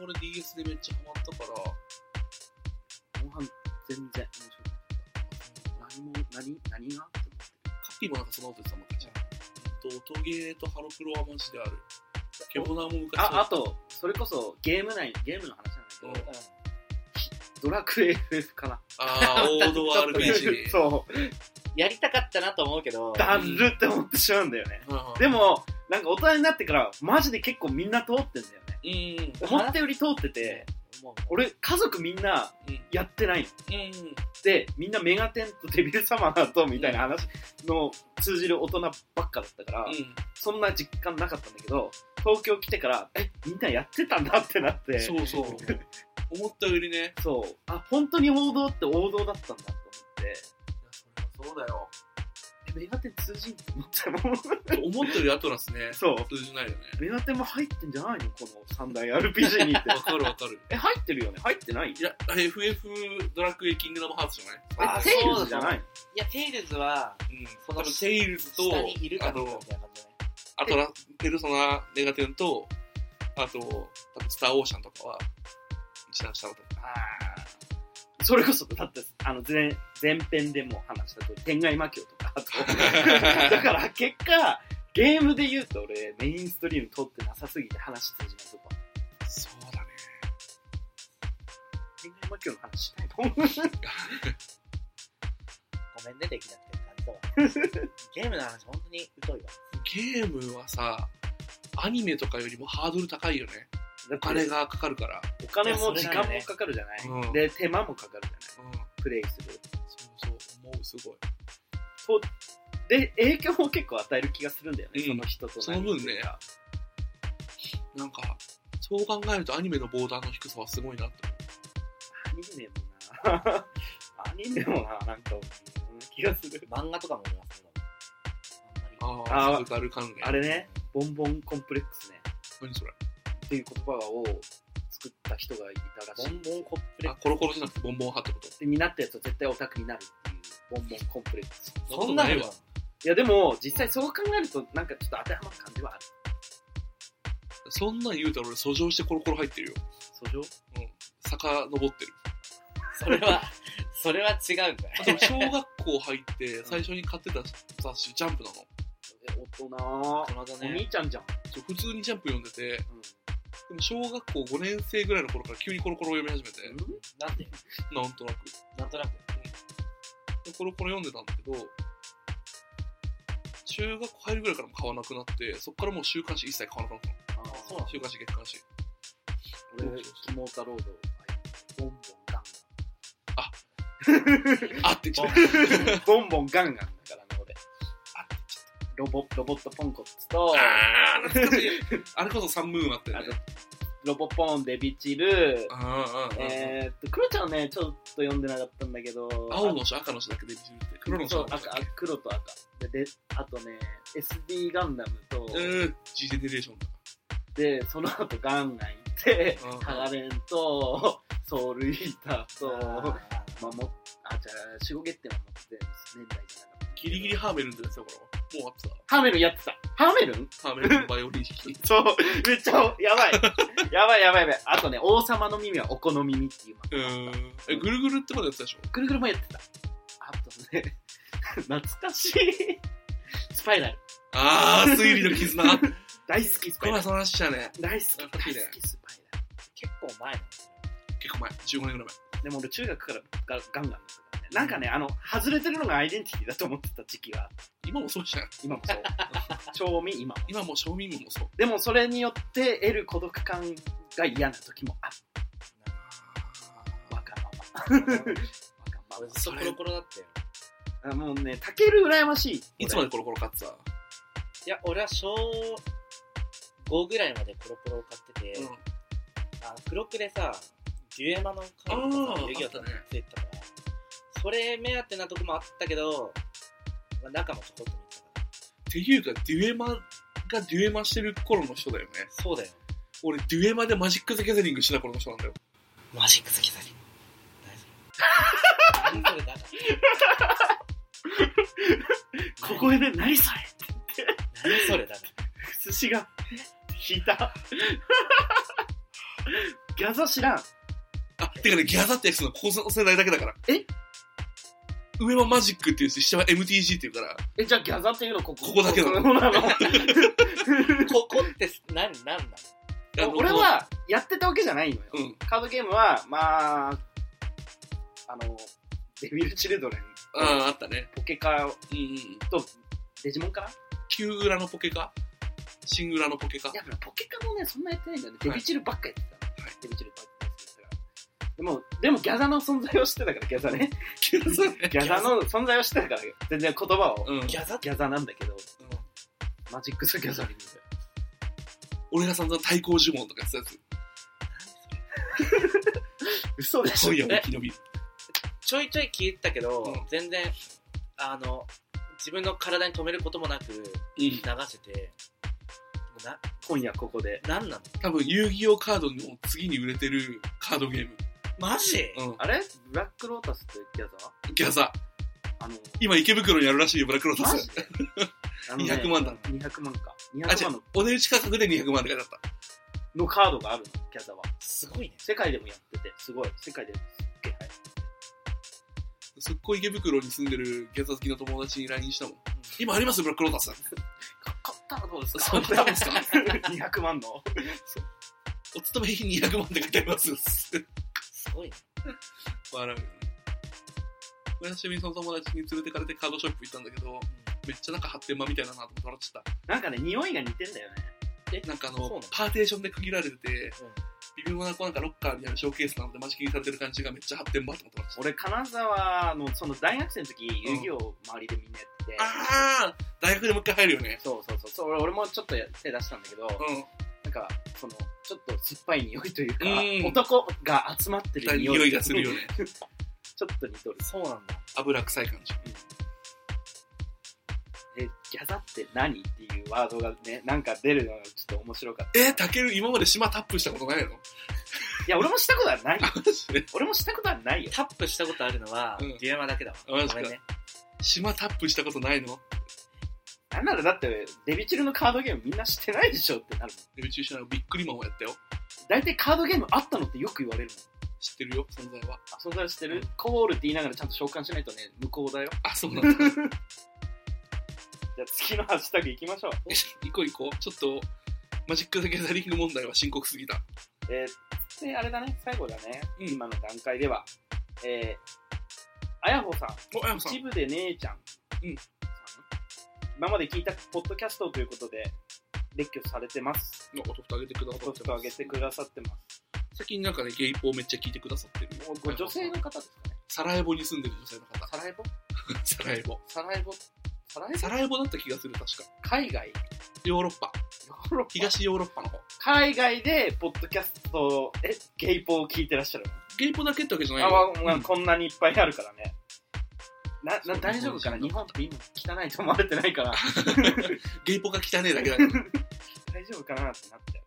俺 ディーエス でめっちゃハマったからモンハン全然面白かった何も何何がって思ってカッピーもなんかそんなこと言ってたもんね。と音ゲーとハロプロはマジである。ケボナーも昔ああとそれこそゲーム内ゲームの話なんだけど、ドラクエ エフエフ かな。 あー王道 アールピージーそうやりたかったなと思うけど、 だるって思ってしまうんだよね、 うん、 でもなんか大人になってからマジで結構みんな通ってんだよね、 うん思ったより通ってて、俺家族みんなやってないの、 うんうん、 でみんなメガテンとデビルサマーとみたいな話の通じる大人ばっかだったから、 うん、 そんな実感なかったんだけど、東京来てからえみんなやってたんだってなって、 そうそう思ったよりね、 そうあ本当に王道って王道だったんだと思って、 いやそれはそうだよ。 えメガテン通じんって思ったもん思ったよりアトラスね、 そう通じないよね。 メガテンも入ってんじゃないのこの三大 アールピージー にってわかるわかる。 え入ってるよね入ってないいや エフエフ ドラクエキングダムハーツじゃない？ えテイルズじゃないの？ いや、テイルズは、 うん、 その多分テイルズと下にいるかあのどうかみたいな感じじゃない？ あとラペルソナメガテンとあと多分スターオーシャンとかは一段下のとか。 あそれこそだってあの 前, 前編でも話した通り天外魔境とかあとだから結果ゲームで言うと俺メインストリーム通ってなさすぎて話通じないとこそうだね。 天外魔境の話しないと思うごめんね、できなくて感じだわ。ゲームの話本当に疎いわ。 ゲームはさ、アニメとかよりもハードル高いよね。お金がかかるから。 お金も時間もかかるじゃない、 うん、 で手間もかかるじゃない、 うん、 プレイする。 そうそう思う、すごい。 そうで影響も結構与える気がするんだよね、うん、その人とその分ね、なんかそう考えるとアニメのボーダーの低さはすごいなって思う。アニメもなアニメもななんか気がする。 漫画とかも俺はそうだもん。 ああ、サブカル関連。 あれね、ボンボンコンプレックスね。 何それっていう言葉を作った人がいたらしい。 ボンボンコンプレックス。 あ、コロコロじゃなくてボンボン派ってことで、になったやつは絶対オタクになるっていうボンボンコンプレックス。 そんなのいやでも、実際そう考えるとなんかちょっと当てはまる感じはある。 そんなん言うたら俺、訴状してコロコロ入ってるよ。 訴状？ うん。坂登ってる。 それは、それは違うんだよ。 あと小学校入って最初に買ってた雑誌、ジャンプなの。 え、大人大人だね。 お兄ちゃんじゃん。 そう普通にジャンプ読んでて、 うん、 でも小学校ごねん生ぐらいの頃から急にコロコロ読み始めて、 うん、なんでなんとなく。 なんとなく。 でコロコロ読んでたんだけど、中学校入るぐらいからも買わなくなって、そっからもう週刊誌一切買わなくなったの。 あそうなの？ 週刊誌、月刊誌。 俺、キモータロード、ボンボンガンあってちょっガン。ボンボンガンガンだからね、俺。 あってちょっロボ、ロボットポンコツと、 と。あー、懐かしい。あれこそサンムーンあったよね。 ロボポン、デビチル、 あーえーっと、クロちゃんはね、ちょっと読んでなかったんだけど、 青の人、赤の人だけデビジルって。黒の人そう、赤、黒と赤。で、であとね、エスディー ガンダムと、 うーん、G ジェネレーションだ。 で、その後ガンガン行って、 うんハガレンと、ソウルイーターと、 あまあ、もあ、じゃあ、シゴゲッテンは持って年代じゃなかった。 ギリギリハーメルンってやつだから。もうあってた。 ハーメルンやってた。ハーメルンハーメルンのバイオリン弾き。 そう、めっちゃ、やばい。やばいやばいやばい。あとね、王様の耳はお好み耳っていううーん。え、ぐるぐるってまでやってたでしょ？ ぐるぐるもやってた。あとね、懐かしい。スパイラル。 あー、推理の絆。 大好きスパイラル。 これはその話だね。 大好き、大懐かしいね好きスパイラル。 結構前なんですよ。 結構前。じゅうごねんぐらいでも俺中学からガガンガンだったからね。なんかね、あの、外れてるのがアイデンティティだと思ってた時期が。 前。今もそうじゃん。 今もそう。賞味今も。 今も正民もそう。 でもそれによって得る孤独感が嫌な時もある。わがまま。わがま俺ずっとコロコロだったよ。 ま。もうね、タケル羨ましい。 いつまでコロコロ買ってた？ いや、俺は小ごぐらいまでコロコロを買ってて、 うん。 あの付録でさ、デュエマのカードとかあー遊戯王とかあったねついてたから、それ目当てなとこもあったけど、まあ、中もちょこっと見てたから。 っていうか、デュエマがデュエマしてる頃の人だよね。 そうだよ。 俺、デュエマでマジック・ザ・ギャザリングしてた頃の人なんだよ。 マジック好きだり。何それ？何それだからここでね、何それ何それだから寿司が引いた。 ギャザ知らん。 あ、てかね、ギャザってやつのこの世代だけだから。 え上はマジックっていうし、下は エムティージー っていうから。 え、じゃあギャザっていうのここ。 ここだけなの。 ここなのここって何、何なの？ 俺はやってたわけじゃないのよ。 うん、 カードゲームは、まあ、あの、デビルチルドレン。 ああ、あったね。 ポケカうんうん。 とデジモンかな？ 旧裏のポケカ？新裏のポケカ？ いや、ポケカもね、そんなやってないんだよね。デビチルばっかやってた。はい、デビチルばっかやってたから。でも、でもギャザの存在を知ってたから、ギャザね。 ギャザね。 ギャザの存在を知ってたから、全然言葉を。 うん、 ギャザギャザなんだけど、 うん、 マジック・ザ・ギャザリングだよ。 俺が散々対抗呪文とかやってたやつ。 嘘でしょ。 今夜も生き延びる。 ちょいちょい聞いたけど、 うん、 全然、あの、自分の体に止めることもなく流せて、うん、な今夜ここで。 何なの？ 多分遊戯王カードの次に売れてるカードゲーム。 マジ？ うん、 あれブラックロータスってギャザ？ ギャザ。 あの、 今池袋にあるらしいよ、ブラックロータス。 あのね、 にひゃくまんだ。 にひゃくまんか。にひあ、 ゃくまんの。 お値打ち価格でにひゃくまんって書いてあった。 のカードがあるの、ギャザは。 すごいね。 世界でもやってて、すごい。世界ですっげえ流行ってて。 すっごい池袋に住んでるギャザ好きの友達に ライン したもん。うん、今ありますよ、ブラックロータス。 買ったらどうですか？ そう買ったんですか？ にひゃくまんの。 そう。お勤め費にひゃくまんって書いてあります。 すごいね。 笑うよね。久しぶりにその友達に連れてかれてカードショップ行ったんだけど、うん、めっちゃなんか発展場みたいだなと思って笑っちゃった。 なんかね、匂いが似てんだよね。 え、なんかあの、パーテーションで区切られてて、うん、微妙なこうなんかロッカーみたいなショーケースなので間仕切りされてる感じがめっちゃ発展場と思って笑っちゃった。 俺、金沢の、その大学生の時、遊戯王周りでみんなやってて。 ああ大学でもう一回入るよね。 そうそうそう。そう俺もちょっと手出したんだけど、うん、なんか、その、ちょっと酸っぱい匂いというか、うん、男が集まってる匂い。 匂いがするよね。 ちょっと似とる。 そうなんだ。 油臭い感じ。 うん、え、ギャザって何っていうワードがね、なんか出るのがちょっと面白かった。 え、タケル今まで島タップしたことないの？ いや、俺もしたことはないよ。俺もしたことはないよ。 タップしたことあるのは、デュエマだけだわ。 ごめんね。島タップしたことないの？ なんならだって、デビチルのカードゲームみんな知ってないでしょってなるもん。 デビチル知らない。ビックリマンをやったよ。 大体カードゲームあったのってよく言われるの。 知ってるよ、存在は。 あ、存在は知ってる、うん、コールって言いながらちゃんと召喚しないとね、無効だよ。 あ、そうなんだ。じゃあ次のハッシュタグ行きましょう。 え、行こう行こう。ちょっと、マジック・ザ・ギャザリング問題は深刻すぎた。 えー、で、あれだね、最後だね。うん、今の段階では。えー、あやほさん。 お、あやほさん。 一部で姉ちゃん。 うん。 今まで聞いたポッドキャストということで、列挙されてます。 おとふと上げてくださってます。 おとふと上げてくださってます。 最近なんかね、ゲイポーめっちゃ聞いてくださってる。 ご女性の方ですかね。 サラエボに住んでる女性の方。 サラエボサラエボ。 サラエボサラエボサラエボだった気がする、確か。 海外ヨーロッパ。 ヨーロッパ東ヨーロッパの方。 海外で、ポッドキャスト、え、ゲイポを聞いてらっしゃるの？ ゲイポだけってわけじゃないよ。 あ、まあ、うん、こんなにいっぱいあるからね。な、な、大丈夫かな？日本って今汚いと思われてないから。 ゲイポが汚いだけだから。 大丈夫かなってなっちゃう。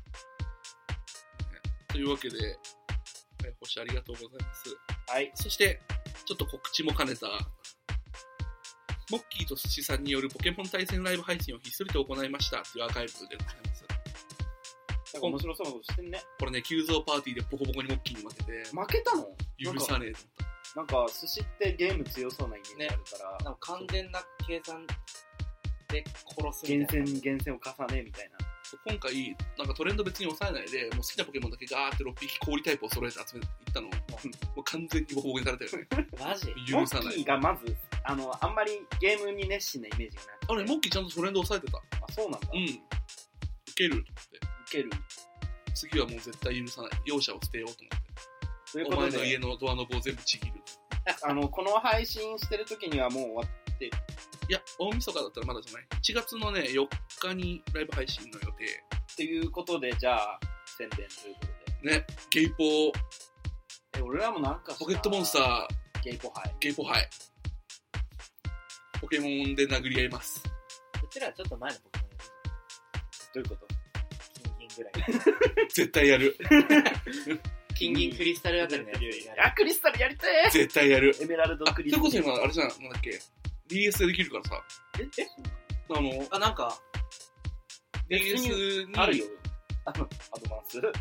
というわけで、星ありがとうございます。 はい。 そして、ちょっと告知も兼ねた、モッキーと寿司さんによるポケモン対戦ライブ配信をひっそりと行いましたというアーカイブでございます。 なんか面白そうなことしてんね。 これね、急増パーティーでボコボコにモッキーに負けて。 負けたの？ 許さねえと思った。 なんか、寿司ってゲーム強そうなイメージあるから。 ね、なんか完全な計算で殺すみたいな。 厳選、厳選を重ねみたいな。 今回、なんかトレンド別に抑えないで、もう好きなポケモンだけガーってろっぴき氷タイプを揃えて集めていったのを、もう完全にボコボコにされたよね。 マジ？ 許さない。 モッキーがまず、あの、あんまりゲームに熱心なイメージがなくて。 あれ、モッキーちゃんとトレンド抑えてた。 あ、そうなんだ。 うん。いけると思って。 いける。 次はもう絶対許さない。容赦を捨てようと思って。 ということで、 お前の家のドアノブを全部ちぎる。 あの、この配信してる時にはもう終わってる。 いや、大晦日だったらまだじゃない。いちがつのね、よっかにライブ配信の予定。 っていうことで、じゃあ、宣伝ということで。 ね、ゲイポー。 え、俺らもなんかポケットモンスター。 ゲイポハイ。 ゲイポハイ。ポケモンで殴り合います。 うちらはちょっと前のポケモンやる。 どういうこと？ 金銀ぐらい。 絶対やる。 金銀クリスタルあたりのやつやる。 あ、クリスタルやりたい！ 絶対やる。 エメラルドクリスタル。 それこそ今、あれじゃん、なんだっけ。ディーエス でできるからさ。 ええあの、 あ、なんか、 ディーエス に。 あるよ。あの、アドバンス。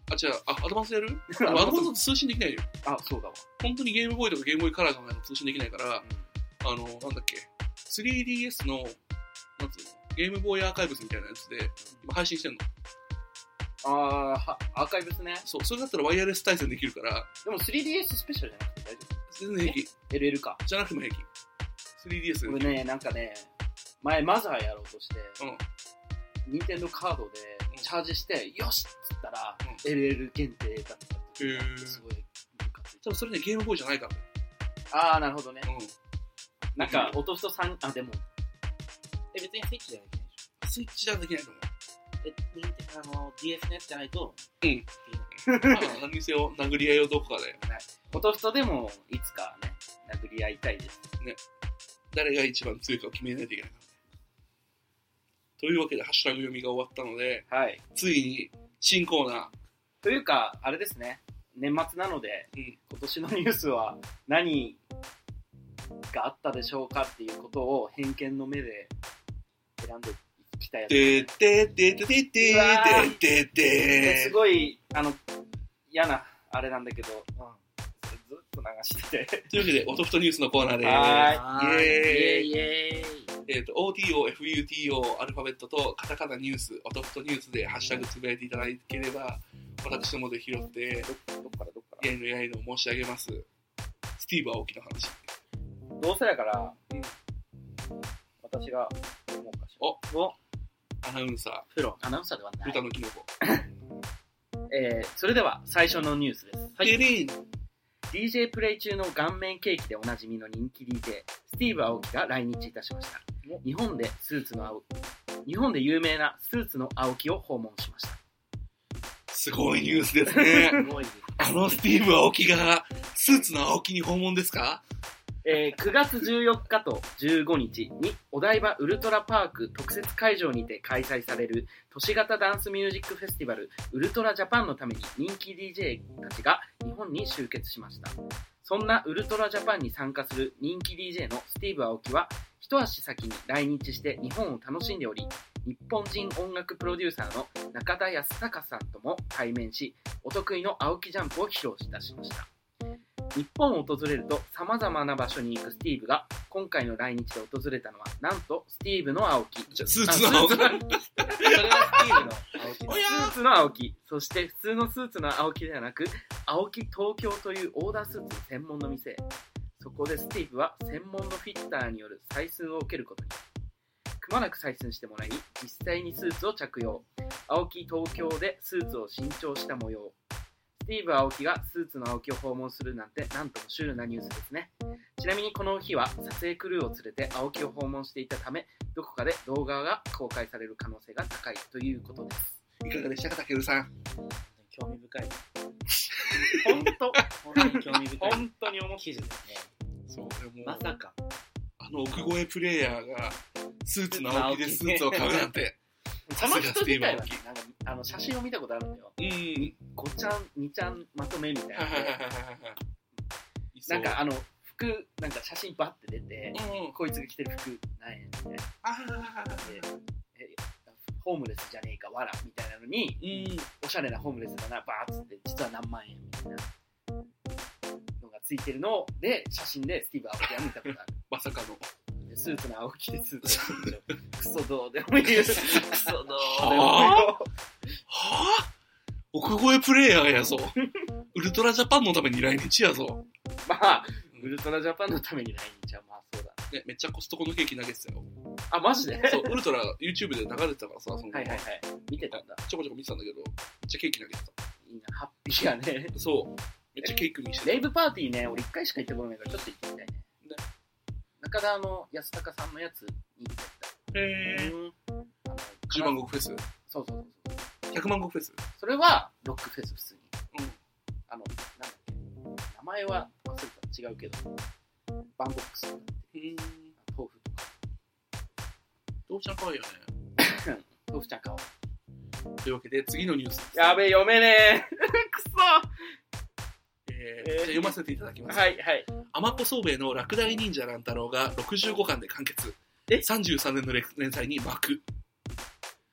あ、違う、あ、アドバンスやるアドバンスだと通信できないよ。 あ、そうだわ。 本当にゲームボーイとかゲームボーイカラーがないと通信できないから、あの、なんだっけ、スリーディーエス の、なんつうの、ゲームボーイアーカイブスみたいなやつで、今配信してんの。 あー、はアーカイブスね。 そう、それだったらワイヤレス対戦できるから、 でも スリーディーエス スペシャルじゃなくて大丈全然平気。 夫？ エルエル か。 じゃなくても平気。スリーディーエス で俺ね、なんかね、前マザーやろうとして、 うん。 ニンテンドーカードでチャージして、よしっつったら、 うエルエル 限定だったっていうへーすごいムカつい多分それね、ゲームボーイじゃないからね。 た。あー、なるほどね。 うん。 なんか、おとふとさん、あ、でも、 え、別にスイッチじゃできないでしょ。 スイッチじゃできないと思う。 え、ニンテあの、ディーエス のやつじゃないと、 うんできない。 まあ、何にせよ、殴り合いをどこかで、 おとふとでも、いつかね、殴り合いたいです。 誰が一番強いかを決めないといけないからね。というわけで、ハッシュタグ読みが終わったので、 はい。 ついに新コーナというか、あれですね、年末なので、 ー。うん。 今年のニュースは何があったでしょうかっていうことを偏見の目で選んでいきたいやつてですね。 てててててうわーててですてごい、あの、嫌な、あれなんだけど、それずっと流してて。 というわけで、おとふとニュースのコーナーではーす。イエーイイエーイイエーイ。 えっ、と、オーティーオーエフユーティーオー アルファベットとカタカナニュース、おとふとニュースでハッシュタグつぶやいていただければ、私どもで拾って、 どっからどっからやいのやいの申し上げます。スティーブ・アオキの話。 どうせだから、 うん私が思うかしおら。おアナウンサプロ、アナウンサーではなー、 い。 豚のキノコ。 えー、それでは最初のニュースです。 テリンディージェー プレイ中の顔面ケーキでおなじみの人気 ディージェー、スティーブ・アオキが来日いたしました。日本でスーツの青日本で有名なスーツの青木を訪問しました。 すごいニュースですね。 すごいです。 あのスティーブ・アオキが、スーツの青木に訪問ですか？ えー、くがつじゅうよっかとじゅうごにちにお台場ウルトラパーク特設会場にて開催される都市型ダンスミュージックフェスティバルウルトラジャパンのために人気 ディージェー たちが日本に集結しました。そんなウルトラジャパンに参加する人気 ディージェー のスティーブ・アオキは一足先に来日して日本を楽しんでおり、日本人音楽プロデューサーの中田康隆さんとも対面し、お得意の青木ジャンプを披露いたしました。日本を訪れると様々な場所に行くスティーブが今回の来日で訪れたのはなんとスティーブの青木。 じゃあスーツの青木。 それがスティーブの青木おやスーツの青木、そして普通のスーツの青木ではなく青木東京というオーダースーツ専門の店へ。そこでスティーブは専門のフィッターによる採寸を受けることに。くまなく採寸してもらい実際にスーツを着用。青木東京でスーツを新調した模様。スティーブ・アオキがスーツの青木を訪問するなんてなんともシュールなニュースですね。ちなみにこの日は撮影クルーを連れて青木を訪問していたため、どこかで動画が公開される可能性が高いということです。 いかがでしたか、たけるさん。 興味深い。 本当本当に興味深い。 本当に思っ記事ですね。 そう、でも、 まさか。 あの奥越えプレイヤーがスーツの青木でスーツを買うなんて。 その人自体はね、なんかあの写真を見たことあるんだよ。 うん。 ごちゃん、にちゃんまとめみたいなはいはいはいはいはい。 なんかあの服、なんか写真バッて出て、 うん。 こいつが着てる服なんやみたいな。 あでえホームレスじゃねえかわらみたいなのに、 うん。 おしゃれなホームレスだなバーッつって実は何万円みたいなのがついてるので写真でスティーブ・アオキは見たことある。 まさかの。 でスーツの青木でスーツのクソどうでもいいクソどうでもいいはぁ奥越えプレイヤーやぞ。ウルトラジャパンのために来日やぞ。 まあウルトラジャパンのために来日はまあそうだね、めっちゃコストコのケーキ投げてたよ。 あマジでそう、ウルトラ YouTube で流れてたからさ、そのはいはいはい見てたんだ。 ちょこちょこ見てたんだけど、めっちゃケーキ投げていいなハッピーやね。 た。そう。めっちゃケーキ見してレイブパーティーね俺一回しか行ったことないからちょっと行ってみたいね。 ね中田の安高さんのやつに行ってた。へた。 ぇー。 うんあのじゅうまんごくフェスそうそうそうそう。 ひゃくまんごくフェスそれはロックフェス普通に。 うん。 あの、なんだっけ、名前は忘れた違うけど、バンボックスとかうん。 豆腐とか、 どうちゃん可愛いよね。 豆腐ちゃん買おう。 というわけで、次のニュースです。 やべえ、読めねえ。くそえーえーじゃあ読ませていただきます。 はいはい。 アマコソウベイの落第忍者乱太郎がろくじゅうごかんで完結。 えさんじゅうさんねんの連載に幕。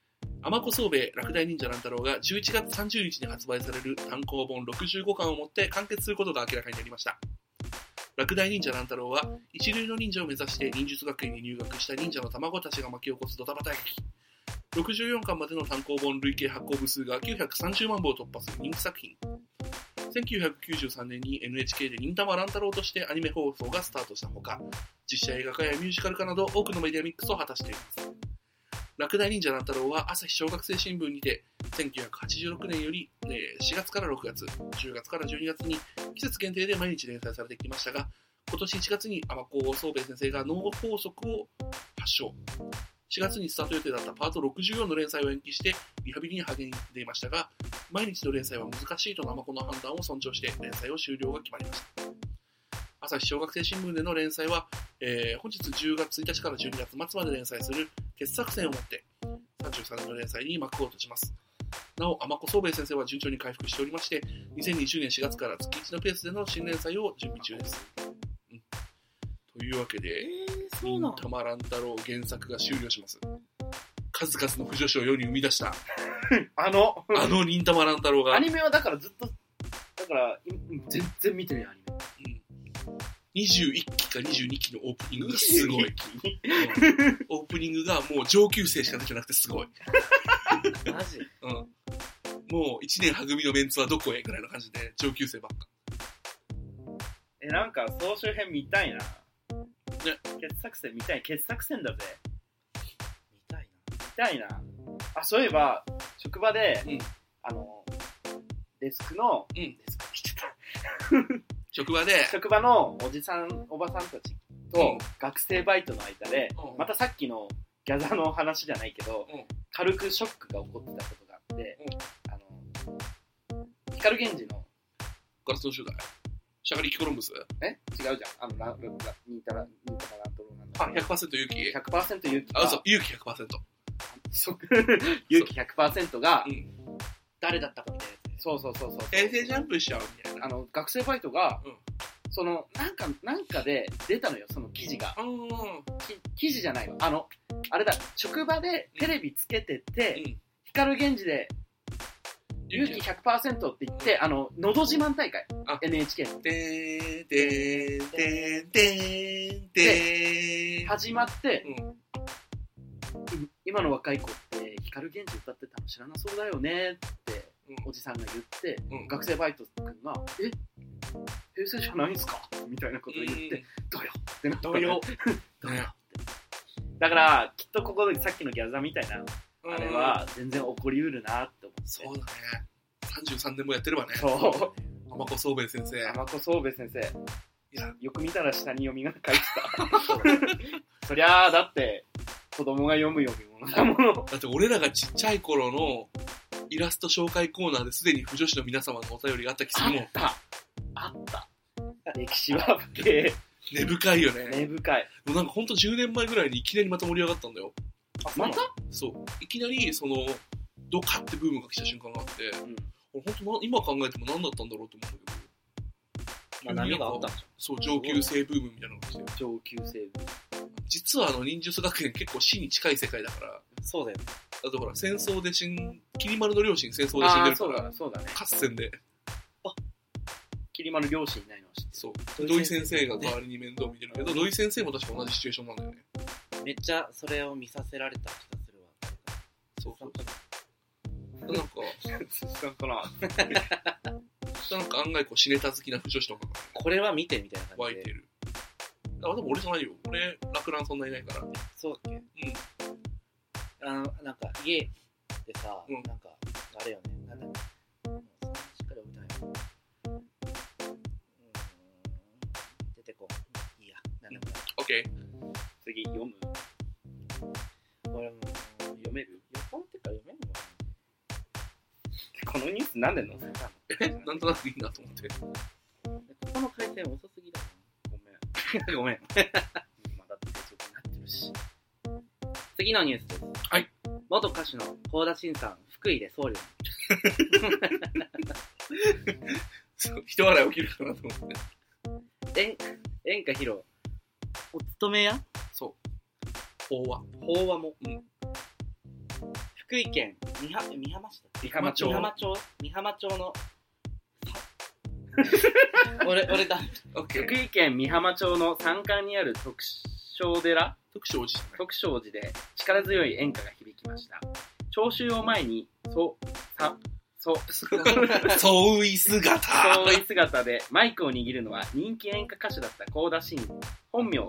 尼子宗兵衛落第忍者乱太郎がじゅういちがつさんじゅうにちに発売される単行本ろくじゅうごかんをもって完結することが明らかになりました。落第忍者乱太郎は一流の忍者を目指して忍術学園に入学した忍者の卵たちが巻き起こすドタバタ劇。ろくじゅうよんかんまでの単行本累計発行部数がきゅうひゃくさんじゅうまんぶを突破する人気作品。せんきゅうひゃくきゅうじゅうさんねんに エヌエイチケー で忍たま乱太郎としてアニメ放送がスタートしたほか、実写映画化やミュージカル化など多くのメディアミックスを果たしています。落第忍者乱太郎は朝日小学生新聞にてせんきゅうひゃくはちじゅうろくねんよりしがつからろくがつ、じゅうがつからじゅうにがつに季節限定で毎日連載されてきましたが、今年いちがつに尼子宗兵衛先生が脳梗塞を発症。しがつにスタート予定だったパートろくじゅうよんの連載を延期してリハビリに励んでいましたが、毎日の連載は難しいと尼子の判断を尊重して連載を終了が決まりました。朝日小学生新聞での連載は、えー、本日じゅうがつついたちからじゅうにがつ末まで連載する傑作選をもってさんじゅうさんねんの連載に幕を閉じます。なお、尼子宗兵衛先生は順調に回復しておりまして、にせんにじゅうねんしがつから月いちのペースでの新連載を準備中です。うん、というわけで、忍たま乱太郎原作が終了します。数々の不女子を世に生み出したあのあの忍たま乱太郎がアニメはだからずっとだから全然見てないアニメ、 うん、にじゅういっきかにじゅうにきのオープニングがすごい、うん、オープニングがもう上級生しか出てなくてすごいマジ、 うん、もういちねんは組のメンツはどこへぐらいの感じで上級生ばっか。 え、なんか総集編見たいな、 ね、 傑作選見たい。傑作選だぜ。 見たい見たいな。あ、そういえば職場で、 うん、 あのデスクの、 うん、 デスク来てた職場で職場のおじさんおばさんたちと学生バイトの間で、 うん、ままたさっきのギャザーの話じゃないけど、 うん、 軽くショックが起こってたことがあって、 うん、 あの光源氏のガラスの集団シャカリキコロンブスえ違うじゃん、あのララニータラニータララントロなんだあ ひゃくパーセント 勇気ひゃくパーセント 勇気があ、そう勇気 ひゃくパーセント勇気 ひゃくパーセント が、 うん、誰だったかみたいなやつ、ね、 そうそうそうそう平成ジャンプしちゃうみたいな、 あの学生バイトが、 うん、 そのなんかなんかで出たのよ、その記事が、 うん、 記事じゃないの、あのあれだ、職場でテレビつけてて、うん、光源氏で勇気 ひゃくパーセント って言って、あののど自慢大会 エヌエイチケー のでーでーでーでーでー始まって、 うん、 今の若い子って光源氏歌ってたの知らなそうだよねっておじさんが言って、うん、学生バイト君がえ平成じゃないんすかみたいなことを言って、うん、どうよってなったどうよどうよってだからきっとここでさっきのギャザーみたいなあれは全然起こりうるなって思って。 そうだね。さんじゅうさんねんもやってればね。 そう。 尼子宗兵衛先生。 尼子宗兵衛先生。いや、よく見たら下に読みが書いてた。そりゃあ、だって、子供が読む読み物だもの。 だって俺らがちっちゃい頃のイラスト紹介コーナーですでに不女子の皆様のお便りがあった気するもん。 あった。あった。歴史は深い。 根深いよね。 根深い。 もうなんかほんとじゅうねんまえぐらいにいきなりまた盛り上がったんだよ。 またそういきなりそのドカってブームが来た瞬間があって、うん、俺本当今考えても何だったんだろうと思うんだけど、 まあ、何があったんでしょ。 そう上級生ブームみたいなのが来て、 上級生ブーム実はあの忍術学園結構死に近い世界だから。 そうだよね。 あとほら戦争で死んきり丸の両親戦争で死んでるから、 そうだそうだね、 合戦であきり丸両親いないのは知ってる。 そう土井先生が代わりに面倒見てるけど、ね、土井先生も確か同じシチュエーションなんだよね。 めっちゃそれを見させられた気がするわ。 そうそうそう。なんか、 なんかな。 なんか案外こう、シネタ好きな不女子とかが、ね、 これは見てみたいな感じで。湧いてる。あ、でも俺じゃないよ。俺、落蘭そんないないから。 そうだっけ？うん。あの、なんか家でさ、うん、なんか、あれよね。なんだっけ？もうそんなしっかり覚えてないよ。うーん。出てこう。いいや。なんだこれ。オッケー。 次、読む？ 俺も読める？読んでから読めるのかな？ このニュースなんで載せたの？ え、なんとなくいいなと思って。 ここの回線遅すぎだな。 ごめん。ごめん。今だって遅くなってるし。 次のニュースです。 はい。 元歌手の倖田真さん、福井で僧侶に。 そう、人笑い起きるかなと思って。 演演歌披露。お勤めや？ そう。法話。 法話も。 うん。 福福井県美浜美浜市だ美浜町美浜町美浜町の俺俺だオッケー。 福井県美浜町の山間にある徳正寺特徴寺。 徳正寺で力強い演歌が響きました。聴衆を前にそさそそうい姿。 そういう姿でマイクを握るのは人気演歌歌手だった倖田真。本名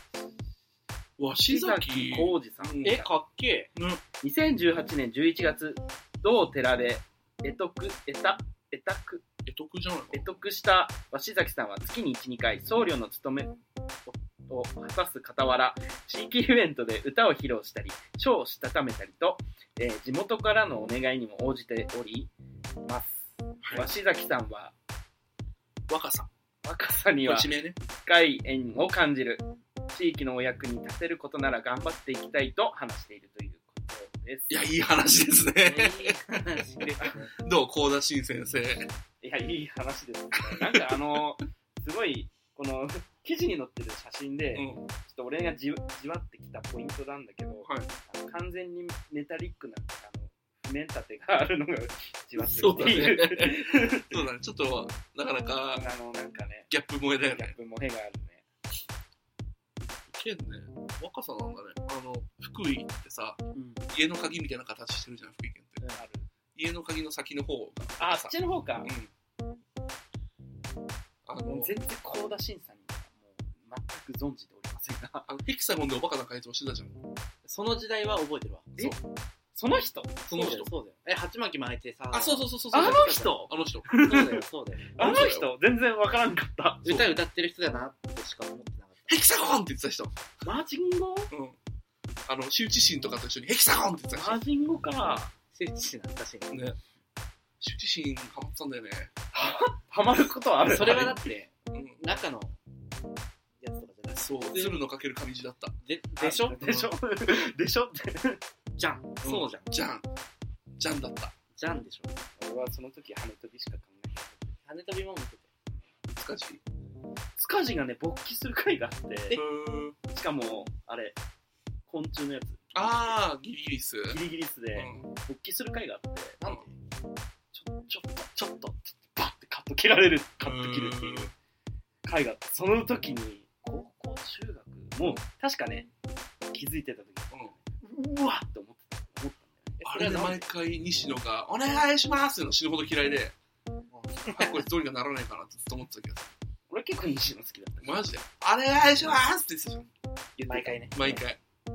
鷲崎浩二さん。 えかっけえ。 にせんじゅうはちねんじゅういちがつ同寺で会得得た得たくえ得じゃないの？ 会得した鷲崎さんは月にいち、にかい僧侶の務めを果たす傍ら、地域イベントで歌を披露したり書をしたためたりと、えー、地元からのお願いにも応じております。鷲崎さんは若さ。 若さには地名ね。 深い縁を感じる。地域のお役に立てることなら頑張っていきたいと話しているということです。 いや、いい話ですね。 いい話ですね。 どう幸田真先生。 いや、いい話ですね。なんかあの、すごい、この、記事に載ってる写真で、 うん、 ちょっと俺がじじわってきたポイントなんだけど、 はい、 あの完全にメタリックな、あの、譜面立てがあるのがじわってそうだきている。 ね。そうだね。ちょっと、なかなか、 あの、なんかね、 ギャップ萌えだよね。 ギャップ萌えがあるね。 けんね、若さなんだね。あの、福井ってさ、 うん、 家の鍵みたいな形してるじゃん、福井県って。 ある。 家の鍵の先の方が。 あ、あっちの方か。 うん。あの、 もう全然倖田真さんにはもう全く存じておりませんが。 あのヘキサゴンでおバカな改造してたじゃん。 その時代は覚えてるわ。 えその人その人。 そうだよ。え、鉢巻き巻いてさ。 あ、そうそうそうそう。 あの人あの人。 そうだよ、そうだよ。 あの人全然わからんかった。 歌歌ってる人だなってしか思ってなかっヘキサゴンって言ってた人。 マジンゴうん。あの、羞恥心とかと一緒にヘキサゴンって言ってた人。 マジンゴか。 た。聖地し懐かしいね。 ね。羞恥心ハマってたんだよね。 ハマることある。 それはだって、 うん。 中のやつとかじゃない。 そう、鶴のかける紙字だった。 で、でしょでしょでしょって。 じゃん。そうじゃん。 じゃん。じゃんだった。 じゃんでしょ。 俺はその時羽飛びしか考えない。 羽飛びも見てて。 つかじ。 塚地がね、勃起する回があって、 うん。 しかも、あれ、昆虫のやつ、 あー、ギリギリス。 ギリギリスでうん。 勃起する回があって、 なんでちょ、ちょっと、ちょっと、ちょっと、バッてカット切られる、カット切るっていう回があって、その時に、高校、中学、もう、確かね、気づいてた時うん。 うわっって思ってた、思ったんだよね。 あれで毎回西野が、お願いしますっての死ぬほど嫌いで、あ、これどうにかならないかなってずっと思ってたけど。 俺結構西野好きだった。 マジでお願いしますって言ってたじゃん。 毎回ね。 毎回。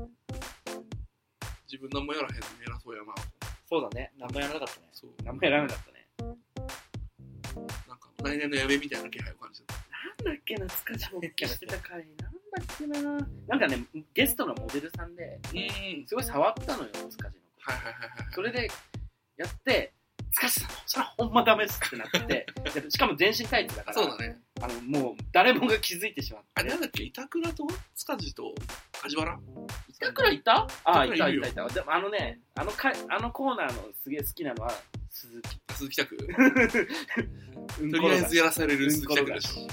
自分何もやらへんのに偉そうやな。 そうだね。何もやらなかったね。 そう。 何もやらなかったね。 なんか、来年のやべみたいな気配を感じてた。 なんだっけな、塚地勃起してた回、なんだっけな。なんかね、ゲストのモデルさんで、 うーん。 すごい触ったのよ、塚地の。 はいはいはいはい。 それで、やって、塚地さん、それはほんまダメっすってなってで、しかも全身タイツだから、 そうだね。 あの、もう誰もが気づいてしまって。 あれなんだっけ板倉と塚地と梶原板倉いたああ、い板倉いるよたいたいた。でもあのね、あのかあのコーナーのすげえ好きなのは、鈴木。 鈴木拓。 うんとりあえずやらされる鈴木拓でしょ。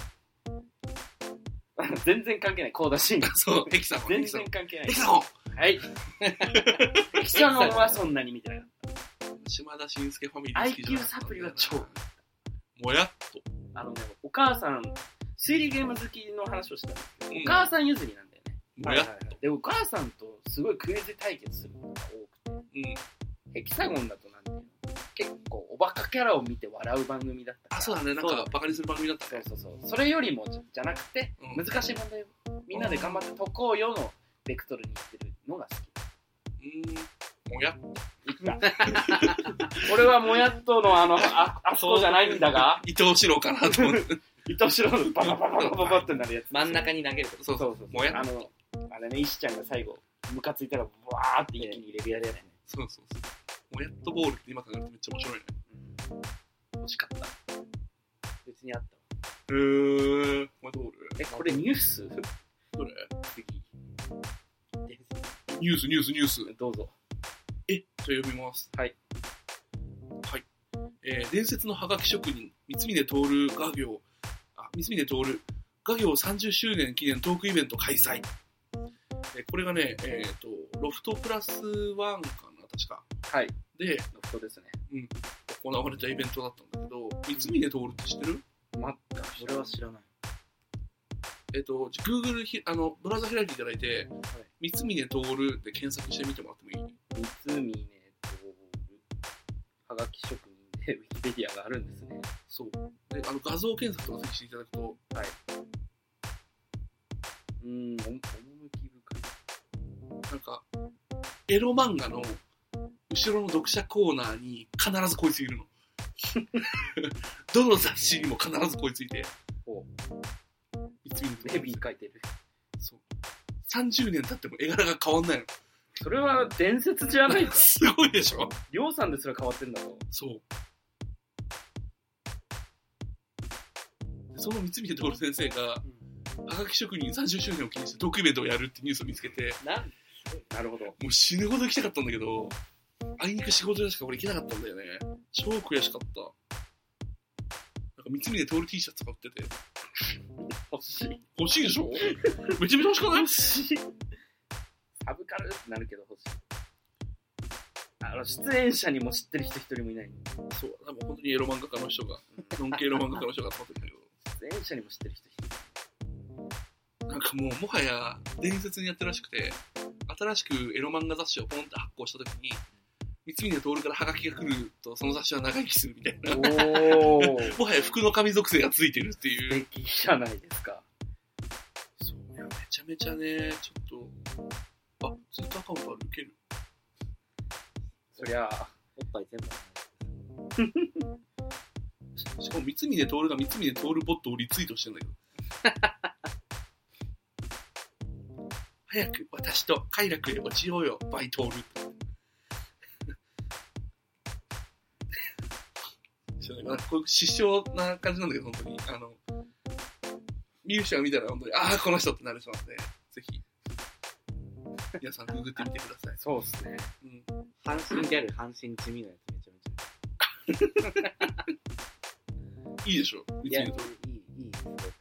全然関係ない、コーダシーン。 そう、ヘキサゴン。 全ヘキサゴン。 然関係ないヘキ。サゴンはい。ヘキサゴンはそんなに見てなかっ島田紳介ファミリー好きじゃなかったアイキュー サプリは超。 もやっと。 た。あのね、お母さん、推理ゲーム好きの話をしたんですけど、 うんお母さん譲りなんだよね。 もやっと。 で、お母さんとすごいクイズ対決することが多くて、 うん。 ヘキサゴンだとなんていうの結構おバカキャラを見て笑う番組だったから。 あ、そうだね。なんか、バカにする番組だったね。 そうそうそう。それよりもじゃじゃなくて、 うん難しい問題をみんなで頑張って解こうよのベクトルにいってるのが好き。 うーん。もやっと。 言った。俺はもやっとのあの、あ、あそこじゃないんだが、 伊藤四郎かなと思って。 伊藤四郎のバババババババってなるやつ。 真ん中に投げるとか。 そうそうそう。もやっと。 あの、あれね、石ちゃんが最後、ムカついたら、ブワーって一気に入れるやつね。 そうそうそう。もやっとボールって今考えるとめっちゃ面白いね。 欲しかった。 別にあったわ。 へー。もやっとボールえ、これニュースどれ次。 ニュースニュースニュース。 どうぞ。 え、じゃあ読みます。 はい。 はい。えー、伝説のハガキ職人、三峰徹画業、あ、三峰徹画業さんじゅっしゅうねん記念トークイベント開催。えーこれがね、えっ、と、ロフトプラスワンかな、確か。 はい。 で、 ロフトですね。 行われたイベントだったんだけど、三峰徹って知ってる？ 全く俺は知らない。 えっと、Google ひ、あの、ブラウザ開いていただいて、三峰徹で検索してみてもらってもいい？ 三峰徹、はがき職人でウィキペディアがあるんですね。 そう。で、あの、画像検索とかぜひしていただくと、 はい。うーん、趣深い。 なんか、エロ漫画の後ろの読者コーナーに必ずこいついるの。どの雑誌にも必ずこいついて。 ほ三峰徹レビー書いてる。 そう。さんじゅうねん経っても絵柄が変わんないの。 それは伝説じゃないか。 すごいでしょ？ りょうさんですら変わってんだろ。 そう。でその三峰徹先生が、はがき職人さんじゅっしゅうねんを記念してトークイベントをやるってニュースを見つけて、 なんなるほど。 もう死ぬほど行きたかったんだけど、あいにく仕事でしか俺行けなかったんだよね。超悔しかった。なんか三峰徹 T シャツとか売ってて。 欲しい。 欲しいでしょ？めちゃめちゃ欲しくない？ 欲しい。サブカルってなるけど欲しい。あの、出演者にも知ってる人一人もいない。 そう、多分本当にエロ漫画家の人が、ノンケエロ漫画家の人が集まってるんだけど。 出演者にも知ってる人一人。 なんかもう、もはや伝説にやってるらしくて、新しくエロ漫画雑誌をポンって発行したときに、三峰徹からハガキが来ると、その雑誌は長生きするみたいな。 おー。 もはや服の神属性がついてるっていう。 素敵じゃないですか。 そういや、めちゃめちゃね、ちょっと、あ、ツイッターアカウントある、受ける。 そりゃあ、 おっぱい全部しかも三峰徹が三峰徹ボットをリツイートしてんだけど。早く私と快楽へ落ちようよ、バイトール。なんかこういう失笑な感じなんだけど、本当に。あの、見る人が見たら本当に、ああ、この人ってなる人なんで、ぜひ、皆さんググってみてください。 そうですね。 うん。 阪神ギャル、阪神地味のやつめちゃめちゃ。 いいでしょ、三いや、いい、 峰徹。 いい、すごく。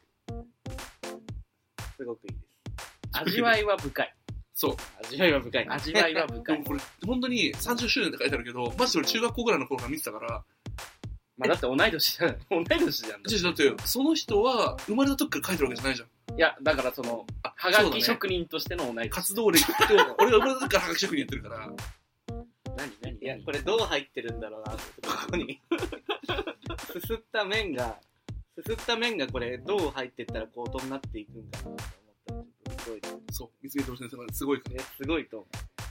すごくいいです。 味わいは深い。 そう。 味わいは深い。 味わいはで深い。 もこれ、本当にさんじゅっしゅうねんって書いてあるけど、マジで俺中学校ぐらいの頃から見てたから、 まあだって同い年じゃん。同い年じゃん。 だってその人は生まれた時から書いてるわけじゃないじゃん。 いや、だからその、 あはがき職人としての同い年。 活動歴と、俺が生まれた時からはがき職人やってるから。 何何いや、これどう入ってるんだろうなって、ここに。すすった麺が、すすった麺がこれどう入ってったらこうとになっていくんかなと思ったら、ちょっとすごい。 そう、三峰徹先生がすごいから。 え、すごいと思う。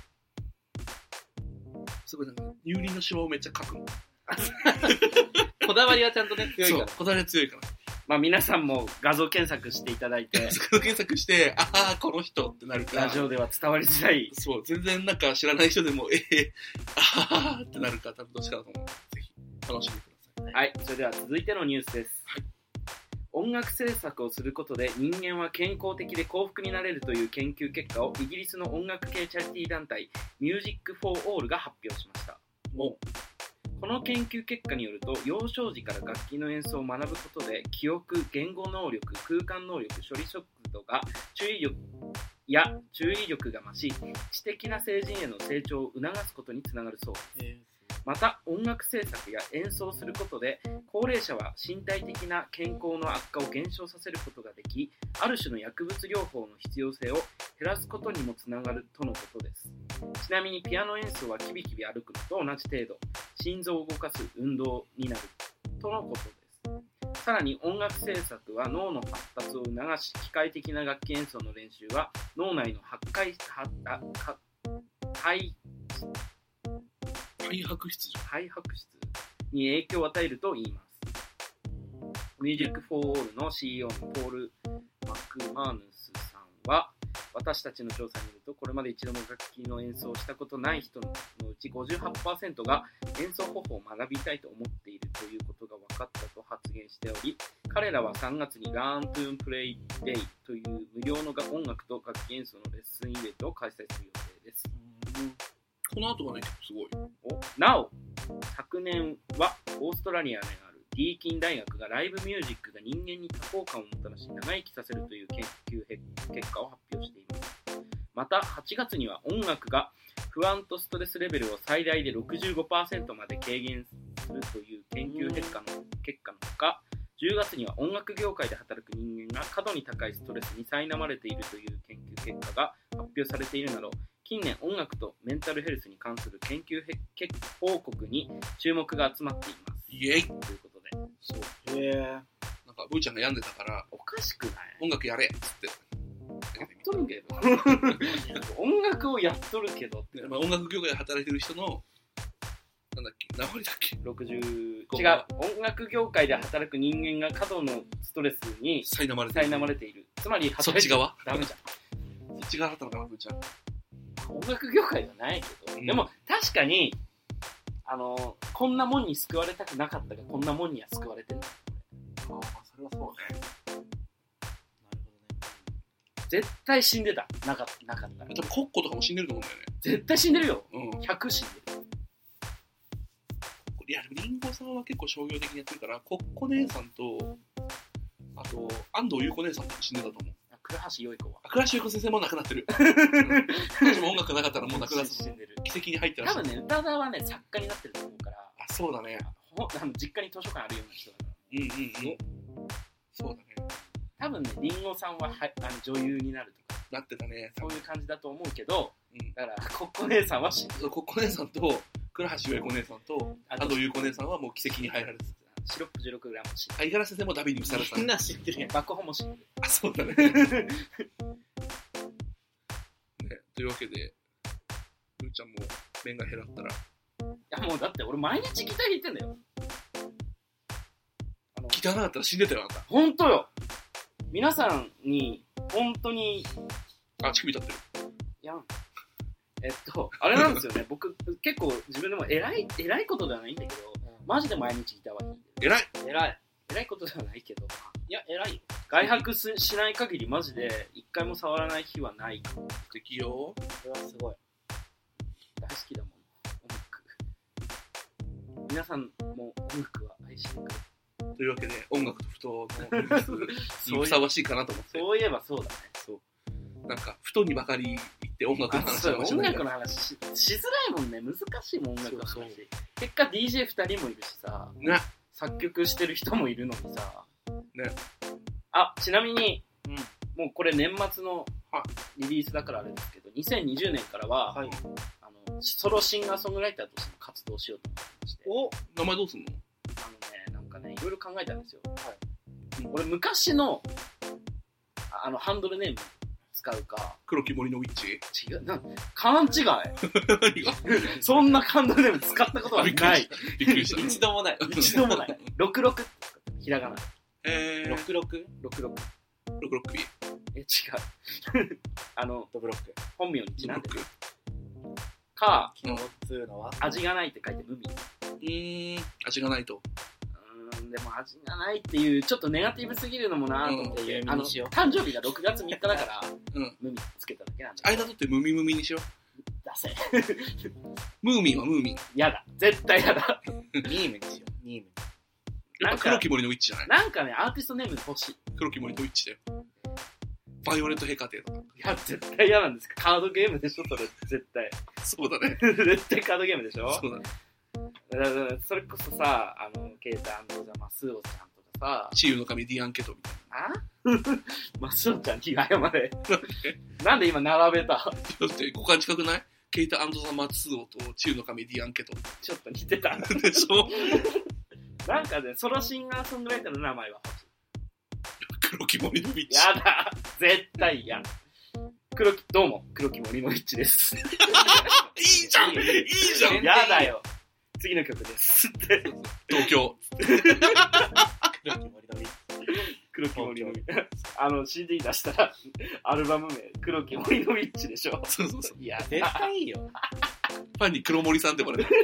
すごいなんか、乳輪のシワをめっちゃ描くの。 こだわりはちゃんとね、強いから。 そう、こだわりは強いから。 まあ皆さんも画像検索していただいて、 そこ検索して、ああ、この人ってなるから。 ラジオでは伝わりづらい。 そう、全然なんか知らない人でも、ええああってなるから、多分どっちかだと思う。ぜひ、楽しんでください。 はい、それでは続いてのニュースです。 はい、 音楽制作をすることで人間は健康的で幸福になれるという研究結果をイギリスの音楽系チャリティー団体 Music for All が発表しました。 おこの研究結果によると、幼少時から楽器の演奏を学ぶことで記憶、言語能力、空間能力、処理速度が注意力や注意力が増し、知的な成人への成長を促すことにつながるそうです。また、音楽制作や演奏することで高齢者は身体的な健康の悪化を減少させることができ、ある種の薬物療法の必要性を減らすことにもつながるとのことです。ちなみにピアノ演奏はキビキビ歩くのと同じ程度、心臓を動かす運動になるとのことです。さらに音楽制作は脳の発達を促し、機械的な楽器演奏の練習は脳内の破壊廃肺白質じゃん。 肺白質に影響を与えるといいます。Music for All の シーイーオー のポール・マクマーヌスさんは、私たちの調査によると、これまで一度も楽器の演奏をしたことない人のうち ごじゅうはちパーセント が演奏方法を学びたいと思っているということが分かったと発言しており、彼らはさんがつに Learn to Play Day という無料の音楽と楽器演奏のレッスンイベントを開催する予定です。 この後がね、すごい。 おなお、昨年はオーストラリアにあるディーキン大学がライブミュージックが人間に多幸感をもたらし長生きさせるという研究結果を発表しています。またはちがつには音楽が不安とストレスレベルを最大で ろくじゅうごパーセント まで軽減するという研究結果の結果のほか、じゅうがつには音楽業界で働く人間が過度に高いストレスに苛まれているという研究結果が発表されているなど、近年音楽とメンタルヘルスに関する研究報告に注目が集まっています。 イエイということで、 そう。へえ。 なんかブーちゃんが病んでたからおかしくない？ 音楽やれっつってやっとるけど音楽をやっとるけどって、 まあ、音楽業界で働いてる人のなんだっけ何割だっけろくじゅう違う、音楽業界で働く人間が過度のストレスに苛まれている。 苛まれている。つまりそっち側ダメじゃん。 そっち側だったのかな、ブーちゃん。 音楽業界じゃないけど、うん、でも確かにあのこんなもんに救われたくなかったがこんなもんには救われてる。 ああ、それはそうね。なるほどね。 絶対死んでた。なかったなかったら。 多分コッコとかも死んでると思うんだよね。 絶対死んでるよ。 うん。 ひゃく死んでる。 いやでもリンゴさんは結構商業的にやってるから、コッコ姉さんとあと安藤優子姉さんも死んでたと思う。 倉橋よい子は。 倉橋よい子先生も亡くなってる。彼女も音楽なかったらもう亡くなって死んでる。 奇跡に入ってらっしゃる。 多分ね、宇多田はね、作家になってると思うから。 あ、そうだね。 ほあの実家に図書館あるような人だから。 うんうんうん。そうだね。 多分ね、リンゴさんははあの女優になるとか。 なってたね。 そういう感じだと思うけど、 うん、 だから、コッコ姉さんは死んでる。 コッコ姉さんと倉橋よい子姉さんと安藤優子姉さんはもう奇跡に入られてた。 シロップじゅうろくグラムも死んでる。 相原先生もダビにされた。 みんな死んでるやん。 爆破も死んでる。 あ、そうだね。ね、というわけで、ふーちゃんも麺が減らったら。 いやもうだって俺毎日ギター弾いてんだよ。あのギターなかったら死んでたよ、あんた。 ほんとよ。皆さんに、本当に。 あ、乳首立ってる。 いやん。えっと、あれなんですよね。僕、結構自分でも偉い、偉いことではないんだけど、マジで毎日ギターは弾いてる。 偉い偉い。偉いことではないけど。 いや、偉いよ。 外泊しない限りマジで一回も触らない日はないかも。 素敵よ。 それはすごい。 大好きだもん、音楽。皆さんも音楽は愛してくれ。 というわけで、音楽とふとのニュースにふさわしいかなと思って。 そういえばそうだね。 そう。なんか、ふとにばかり行って音楽の話はしない。 音楽の話 し, しづらいもんね。難しいもん、音楽の話。そうそう結果 ディージェーふたりもいるしさ、 ね、 作曲してる人もいるのにさ、 ね、 あ、ちなみに、 うん、 もうこれ年末のリリースだからあれですけど、にせんにじゅうねんからは、はい、あのソロシンガーソングライターとして活動しようと思ってまして。 お、名前どうすんの？ あのね、なんかね、いろいろ考えたんですよ。はい、 うん、 俺昔のあのハンドルネーム使うか。 黒木森のウィッチ？ 違う、なん勘違い。そんなハンドルネーム使ったことはない。 びっくりした。 一度もない。 一度もない。ろくろくひらがな。 えー、 ろくろく？ ろくろく。 ろくろく B？ え、違う。あの、 ドブロック。 本名にちなんで。か、 昨日つうのは味がないって書いて無味。 うーん、味がないと。 うーん、でも味がないっていう、ちょっとネガティブすぎるのもなぁと思って、 うん、 あの、誕生日がろくがつみっかだから、うん、無味つけただけなんだ。 間取ってムミムミにしよう。 出せ。 ムーミンはムーミン。 やだ。絶対やだ。 ミームにしよう。ミーム。 やっぱ黒木森のウィッチじゃない？ なんかね、アーティストネーム欲しい。 黒木森のウィッチだよ。バイオレットヘカテとか。いや、絶対嫌なんですか。カードゲームでしょ、それ。絶対。 そうだね。 絶対カードゲームでしょ。 そうだね。 だからそれこそさ、あの、ケイタ&ザ・マスオちゃんとかさ、 チーユの神ディアンケトみたいな。あマスオちゃんに謝れ。なんで今並べた？ だって五感近くない？ケイタ&ザ・マスオとチーユの神ディアンケト。 ちょっと似てた。 でしょ？ なんかね、ソロシンガーソングライターの名前は欲しい。 黒木森のウィッチ。 やだ絶対嫌。黒木、どうも、黒木森のウィッチです。 いいじゃんいいじゃんやだよ次の曲です。 東京。 黒木森のウィッチ。 黒木森のウィッチ。あの、シーディー 出したら、アルバム名、黒木森のウィッチでしょ。 そうそうそう。 いや、 絶対いいよ。 ファンに黒森さんって呼ばれてる。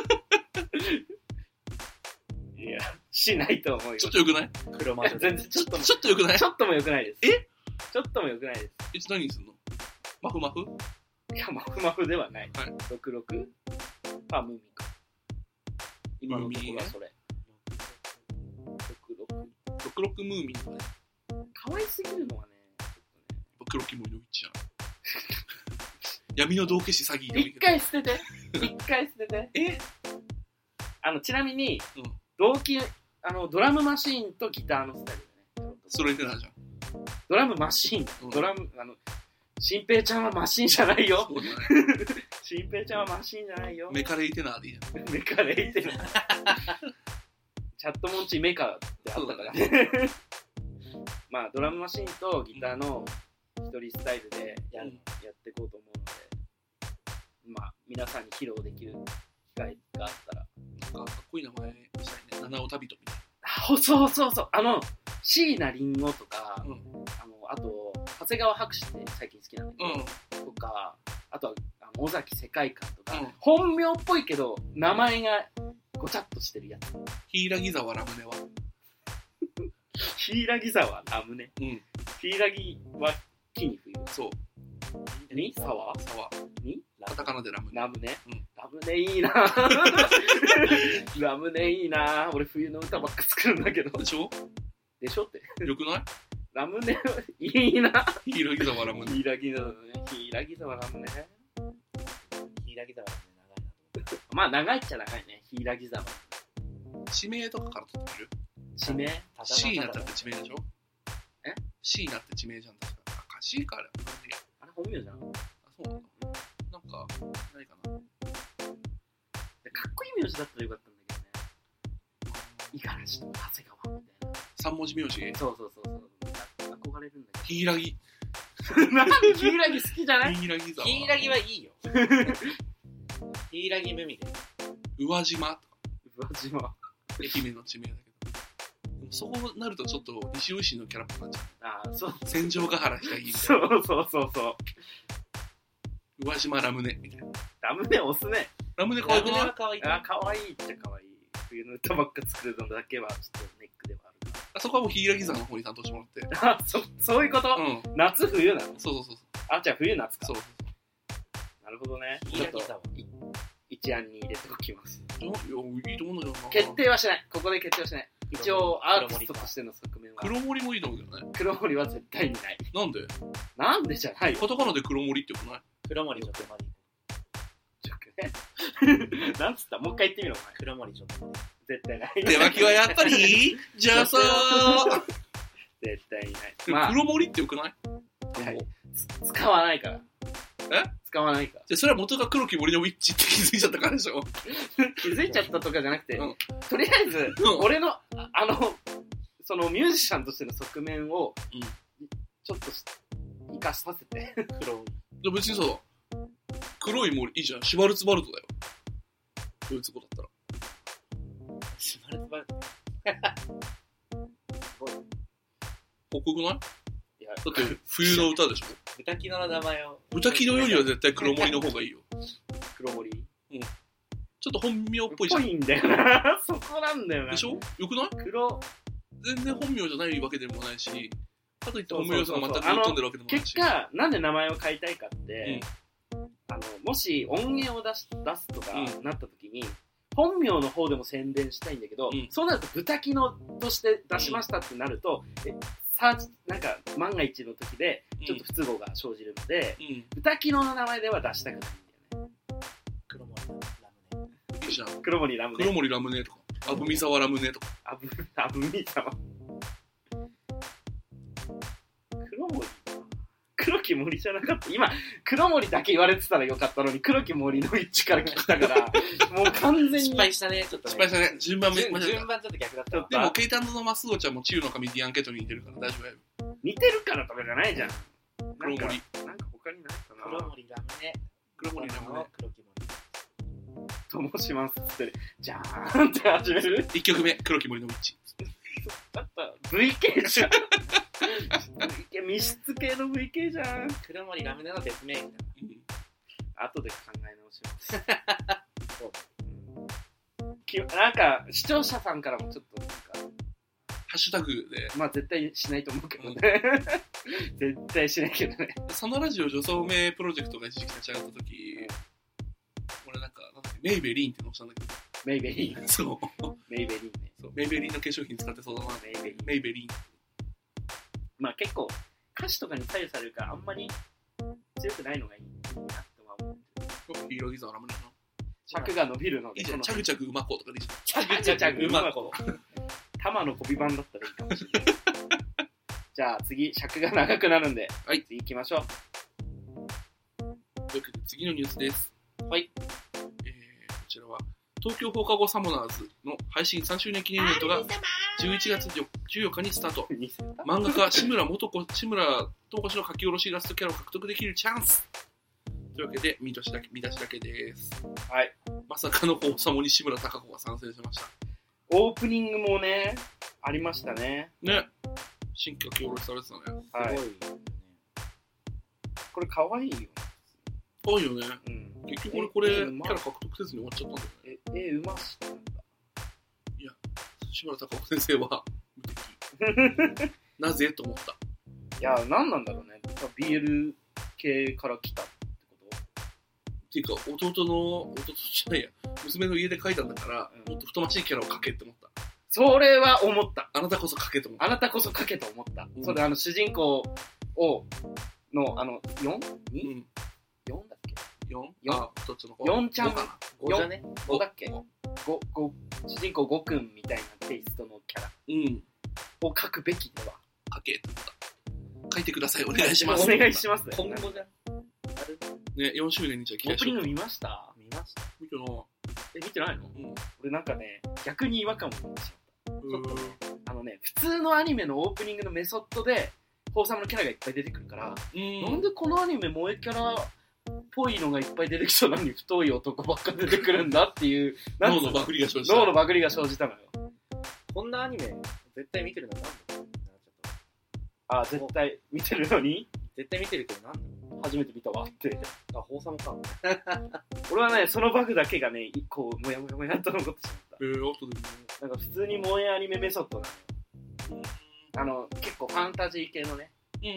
いや、しないと思うよ。 ちょっと良くない？ 黒魔女。 全然ちょっとも。 ちょっと良くない？ ちょっとも良くないです。 え？ ちょっとも良くないです。 いつ何にすんの？マフマフ？ いや、マフマフではない。 はい。 ろくろくパムーミか。今のところはそれ。ろくろく。 ろくろくムーミンとかね。 可愛すぎるのはね、ちょっとね。 黒木森のウィッチじゃん。 闇の道化師詐欺でもいい一けど。 回捨てて。一回捨てて。 えあの、ちなみに、 うん動機、あの、ドラムマシーンとギターのスタイルだね。 それでなじゃん。 ドラムマシーン、 うんドラム、あの、新平ちゃんはマシーンじゃないよ。 そうだね。 新平ちゃんはマシーンじゃないよ。 メカレイテナーでいいじゃん。 メカで言ってる。チャットモンチメカってあったからね。まあ、ドラムマシーンとギターの一人スタイルでやる、やっていこうと思うので、まあ、皆さんに披露できる機会があったら。 なんかかっこいい名前したいね。七尾旅人みたいあ、そうそうそう。あの、椎名林檎とか、 うんあの、あと、長谷川博士って最近好きなんだけな。 ど、とか、あとは、あの尾崎世界観とか、 うん本名っぽいけど、名前がごちゃっとしてるやつ。 柊沢ラムネは。 柊沢ラムネ。 うん。 柊は木に冬。 そう。 に沢沢。 にカタカナでラムネ。 ラムネ、 うんラムネいいなラムネいいな俺冬の歌ばっか作るんだけど。 でしょでしょって。 よくないラムネいいな柊沢ラムネ。 柊沢ラムネ。柊沢ラムネ。 柊沢ね、長いな。 まあ長いっちゃ長いね。柊沢。 地名とかから取ってみる？ 地名シーナって地名でしょ？ え？ シーナって地名じゃん、確か。あ、カシーかあれ。いやあれ本名じゃん。 あ、そうなんだ。なんか、ないかな。 かっこいい名字だったらよかったんだけどね。五十嵐と長谷川みたいな。 三文字名字。 そうそうそうそう。憧れるんだけ柊。 ど。なんで柊好きじゃない？ 柊沢。 柊はいいよ。柊無味で。 宇和島とか。 宇和島。 愛媛の地名だけど。でもそうなるとちょっと西尾維新のキャラっぽくなっちゃう。 ああ、そう。 戦場ヶ原ひたぎみたそいな。 うそうそうそう。 宇和島ラムネみたいな。 ラムネ押すね。 ラムネ可愛くない？ ラムネは可愛い。 あ、かわいいっちゃかわいい。冬の歌ばっか作るのだけはちょっとネックではあるあそこはもう柊沢の方に担当してもらって。 から。あ、そ、そういうこと、 うん。 夏冬なの？ そうそうそうあ、じゃあ冬夏か。 そう。 なるほどね。ちょっと柊沢。 い一案に入れておきます。 そう。いや、いいと思うんだけどな。 決定はしない。ここで決定はしない。一応アーティストとしての側面は。 黒森もいいと思うけどね。 黒森は絶対にない。 なんで？ なんでじゃないよ。 カタカナで黒森ってよくない？ 黒森ちょっとまで。 なんつったもう一回言ってみろ、お前。 黒森ちょっとまで。 絶対ない。 手巻きはやっぱりじゃあさー絶対にない。 でもまあ、 黒森ってよくない？ はいつ使わないから。 え？ 使わないから。 じゃあそれは元が黒木森のウィッチって気づいちゃったからでしょ？ 気づいちゃったとかじゃなくて、 うんとりあえず、 うん俺の、ああの、そのミュージシャンとしての側面を、 うんちょっとし生かさせて。 黒じゃあ別にさ、黒い森いいじゃん。シュバルツバルトだよ。ドイツ語だったら。 シュバルツバルト。 かっこよくない？ いや、 だって冬の歌でしょ？ 豚キノの名前を。 豚キノよりは絶対黒森の方がいいよ。 黒森。 ちょっと本名っぽいじゃん。 ぽいんだよな。そこなんだよな。 でしょ？よくない？ 黒、 全然本名じゃないわけでもないし、かといって本名要素が全くそうそうそうぶっ飛んでるわけでもないし。 結果、なんで名前を変えたいかって、あの、もし音源を出し出すとかうんなった時に、本名の方でも宣伝したいんだけど、 うんそうなると豚キノとして出しましたってなると、えサーチ、なんか万が一の時でちょっと不都合が生じるので、 うん。 豚キノの名前では出したくないんだよね。 黒森ラムネ。 いいじゃん。 黒森ラムネ。 黒森ラムネとか、アブミサワラムネとか。 アブ、アブミ様。黒森黒木森じゃなかった。今、黒森だけ言われてたらよかったのに、黒木森の一致から聞いたから、もう完全に。 失敗したね、ちょっとね。 失敗したね。順番め、 順間違えた順番ちょっと逆だったわ。 でも、ケイタンドのマスオちゃんもチューの神ディアンケットに似てるから大丈夫やよ。 似てるからとかじゃないじゃん。なんか、 黒森。 なんか他にないか黒な森ラムネ。 黒森ラムネ。 黒木森。 と申しますって、じゃーんって始めるいっきょくめ、黒木森のウィッチ。 だったら ブイケー じゃん。ブイケー、密室系の ブイケー じゃん。 黒森ラムネの別名みたいな。 後で考え直します。そうきなんか、視聴者さんからもちょっとなんか、 ハッシュタグで、 まあ絶対しないと思うけどね。絶対しないけどね。 そのラジオ女装名プロジェクトが一時期立ち上がった時、俺なんか、なんだっけ、メイベリーンってのをしたんだけど、 メイベリーン。 そう。 メイベリーンね。 そうメイベリーンの化粧品使ってそうだな。 メイベリーン。 メイベリーン。 まあ結構、歌詞とかに左右されるからあんまり強くないのがいいなとは広木沢ラムネの。 尺が伸びるので。 いいじゃん、チャグチャグうまこうとかでいいじチャグチャグうまこ。玉のコピ版だったらいいかもしれない。じゃあ次、尺が長くなるんで、 はい、 次行きましょう。 というわけで次のニュースです。 はい。 えー、こちらは東京放課後サモナーズの配信さんしゅうねん記念イベントがじゅういちがつじゅうよっかにスタート。漫画家志村元子志村東子氏の書き下ろしイラストキャラを獲得できるチャンスというわけで見出しだけ見出しだけです。 はい。 まさかの王様に志村貴子が参戦しました。 オープニングもねありましたね。 ね。新規が書き下ろしされてたね。 はい。すごい、ね。これ可愛いよ。 可愛いよね。 うん。 結局俺これキャラ獲得せずに終わっちゃったんだよね。 え、え、うましなんだ。 いや、志村貴子先生は無敵。なぜと思った。 いや、なんなんだろうね。ビーエル 系から来たってことっていうか、弟の、弟じゃないや、娘の家で描いたんだから、うん、もっと太ましいキャラを描けって思った。 それは思った。 あなたこそ描けと思った。 あなたこそ描けと思った。うん、それあの主人公を、の、あの、よん? に? うん、よんだっけ ?よん? あ、どっちの子 ?よん ちゃんかな ?ご じゃね ?ご だっけ ?ご、ご、主人公ごくんみたいなテイストのキャラ。 うん。 を描くべきでは。 描けと思った。描いてください、お願いします。 お願いします。 今後じゃん。あるね、よんしゅうねんにじゃあ期待しよう。 オープニング見ました見ました。 見てなえ、見てないの？ うん。 俺なんかね、逆に違和感を持ってしまった。 ちょっとね、 あのね、普通のアニメのオープニングのメソッドで、フォーサムのキャラがいっぱい出てくるから、 うん、 なんでこのアニメ萌えキャラっぽいのがいっぱい出てきそうなのに太い男ばっか出てくるんだっていう、 脳のバグりが生じた。 脳のバグりが生じたのよ。 こんなアニメ、絶対見てるのなんだろう。 あ、絶対見てるのに絶対見てるけどなんだろう。 初めて見たわって。 あ、放送もか。 俺はね、そのバグだけがね、こう、もやもやもやっと残ってしまった。 えー、後で見よう。なんか普通に萌えアニメメソッドなのよ。あの、結構ファンタジー系のね。 うん。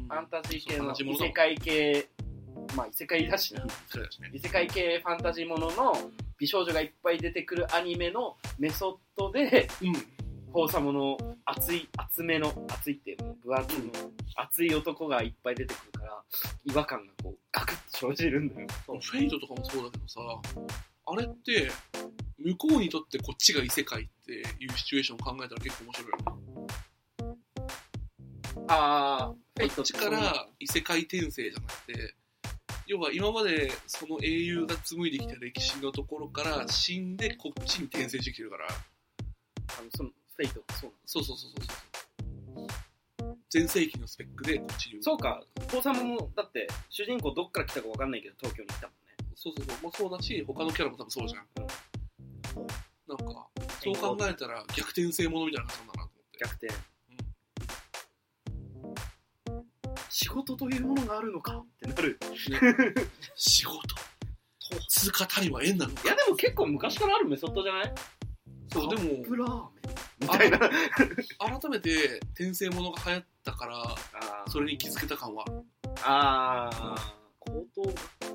ファンタジー系の異世界系、まあ異世界だしな。異世界系ファンタジーものの美少女がいっぱい出てくるアニメのメソッドで、 うん。 フォーサムの熱い、厚めの、熱いっていうの分厚いの、熱い男がいっぱい出てくるから、違和感がこう、ガクッと生じるんだよ。 フェイトとかもそうだけどさ、あれって、向こうにとってこっちが異世界っていうシチュエーションを考えたら結構面白いよね。 あー、 こっちから異世界転生じゃなくて、要は今までその英雄が紡いできた歴史のところから死んでこっちに転生してきてるから、 あのそのフェイトそうそうそうそうそう全盛期のスペックでこっちにそうか、フォーサムもだって主人公どっから来たか分かんないけど東京に来たもんね。 そうそうそう、もうそうだし他のキャラも多分そうじゃん、うん、なんかそう考えたら逆転性ものみたいな感じなんだなと思って。 逆転、仕事というものがあるのかってなる、 ね、仕事通過たりは縁なのか。 いやでも結構昔からあるメソッドじゃない？ そうでもカップラーメンみたいな改めて転生ものが流行ったからそれに気づけた感はああ口頭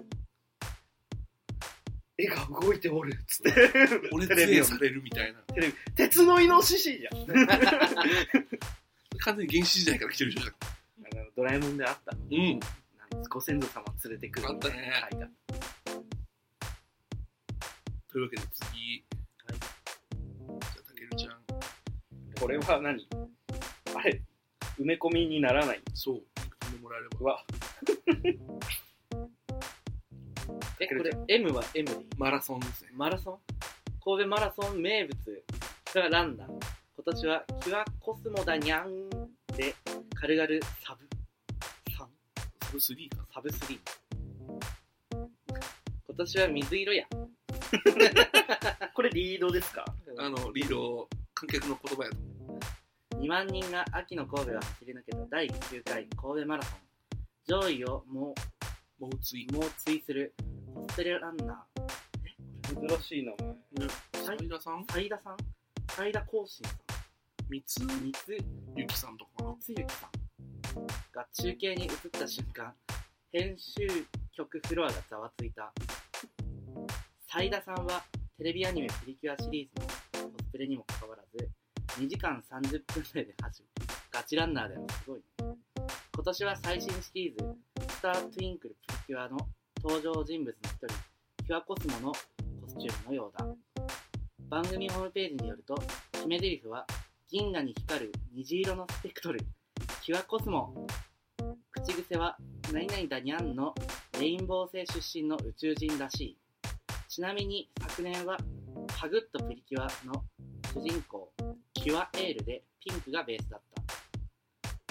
絵が動いておるっつって俺ツエされるみたいなテレビ鉄のイノシシじゃん完全に原始時代から来てるじゃん。 ドラえもんであったうん。 ご先祖様連れてくるあったね。 はい、 というわけで次、はい、じゃあたけるちゃん。 これは何？あれ埋め込みにならない。 そう。埋めてもらえれば。 うわ。 えこれ M は M でいい？ マラソンですね。 マラソン？神戸マラソン名物がランナー。今年はキュアコスモだにゃんで軽々サブさんサブスリーかなサブスリー今年は水色やこれリードですか？ あのリード観客の言葉やとにまんにんが秋の神戸を走り抜けただいきゅうかい神戸マラソン上位をもう猛追猛追するコスプレランナー珍しい名前、 ね、斉田さん斉田さん斉田光信さん三つ三つゆきさんとか三つゆきさんが中継に移った瞬間編集局フロアがざわついた。斉田さんはテレビアニメプリキュアシリーズのコスプレにもかかわらずにじかんさんじゅっぷん台で走るガチランナーだよ。すごいね。今年は最新シリーズスタートゥインクルプリキュアの登場人物の一人、キュアコスモのコスチュームのようだ。番組ホームページによると、決め台詞は銀河に光る虹色のスペクトル、キュアコスモ。口癖は何々だにゃんのレインボー星出身の宇宙人らしい。ちなみに昨年はハグッとプリキュアの主人公キュアエールでピンクがベースだった。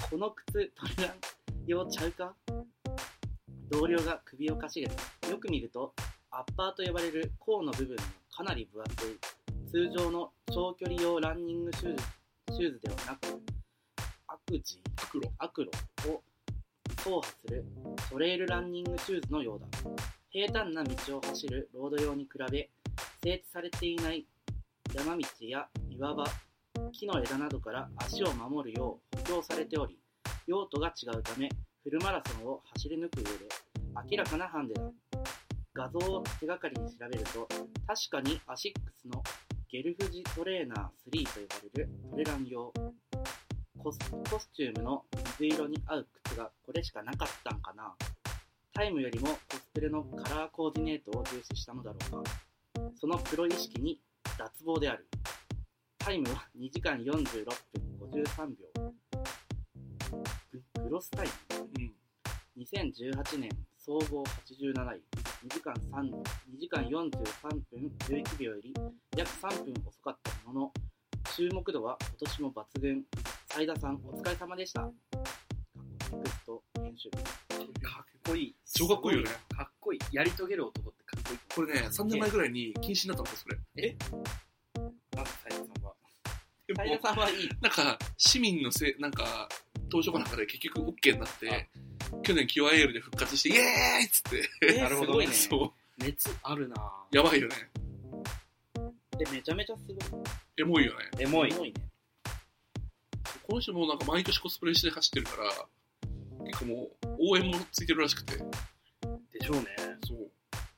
この靴トレラン用ちゃうか？同僚が首をかしげた。よく見るとアッパーと呼ばれる甲の部分がかなり分厚い通常の長距離用ランニングシューズ、シューズではなくアクジアクロアクロを走破するトレイルランニングシューズのようだ。平坦な道を走るロード用に比べ、整地されていない山道や岩場、木の枝などから足を守るよう補強されており、用途が違うためフルマラソンを走り抜く上で明らかなハンデだ。画像を手がかりに調べると、確かにアシックスのゲルフジトレーナースリーと呼ばれるトレラン用コス、コスチュームの水色に合う靴がこれしかなかったんかな。タイムよりもコスプレのカラーコーディネートを重視したのだろうか。そのプロ意識に脱帽である。タイムはにじかんよんじゅうろっぷんごじゅうさんびょう。グ, グロスタイム、うん、にせんじゅうはちねん総合はちじゅうなない、にじかんさん、にじかんよんじゅうさんぷんじゅういちびょうより約さんぷん遅かったものの、注目度は今年も抜群。斉田さんお疲れ様でした。テクスト編集部。 かっこいい。 超かっこいいよね。 かっこいい。やり遂げる男ってかっこいい。 これね、さんねんまえぐらいに禁止になったんですよ、それ。 えなんで斉田さんは。 斉田さんはいい。 なんか、市民のせ、なんか、登場かなんかで結局 OK になって、去年キュアエールで復活して、イエーイっつって。 えー、なるほどね。 そう。 熱あるなぁ。 やばいよね。 え、めちゃめちゃすごい。 エモいよね。 エモい。 エモいね。 この人もなんか毎年コスプレして走ってるから、結構もう応援もついてるらしくて。 でしょうね。 そう。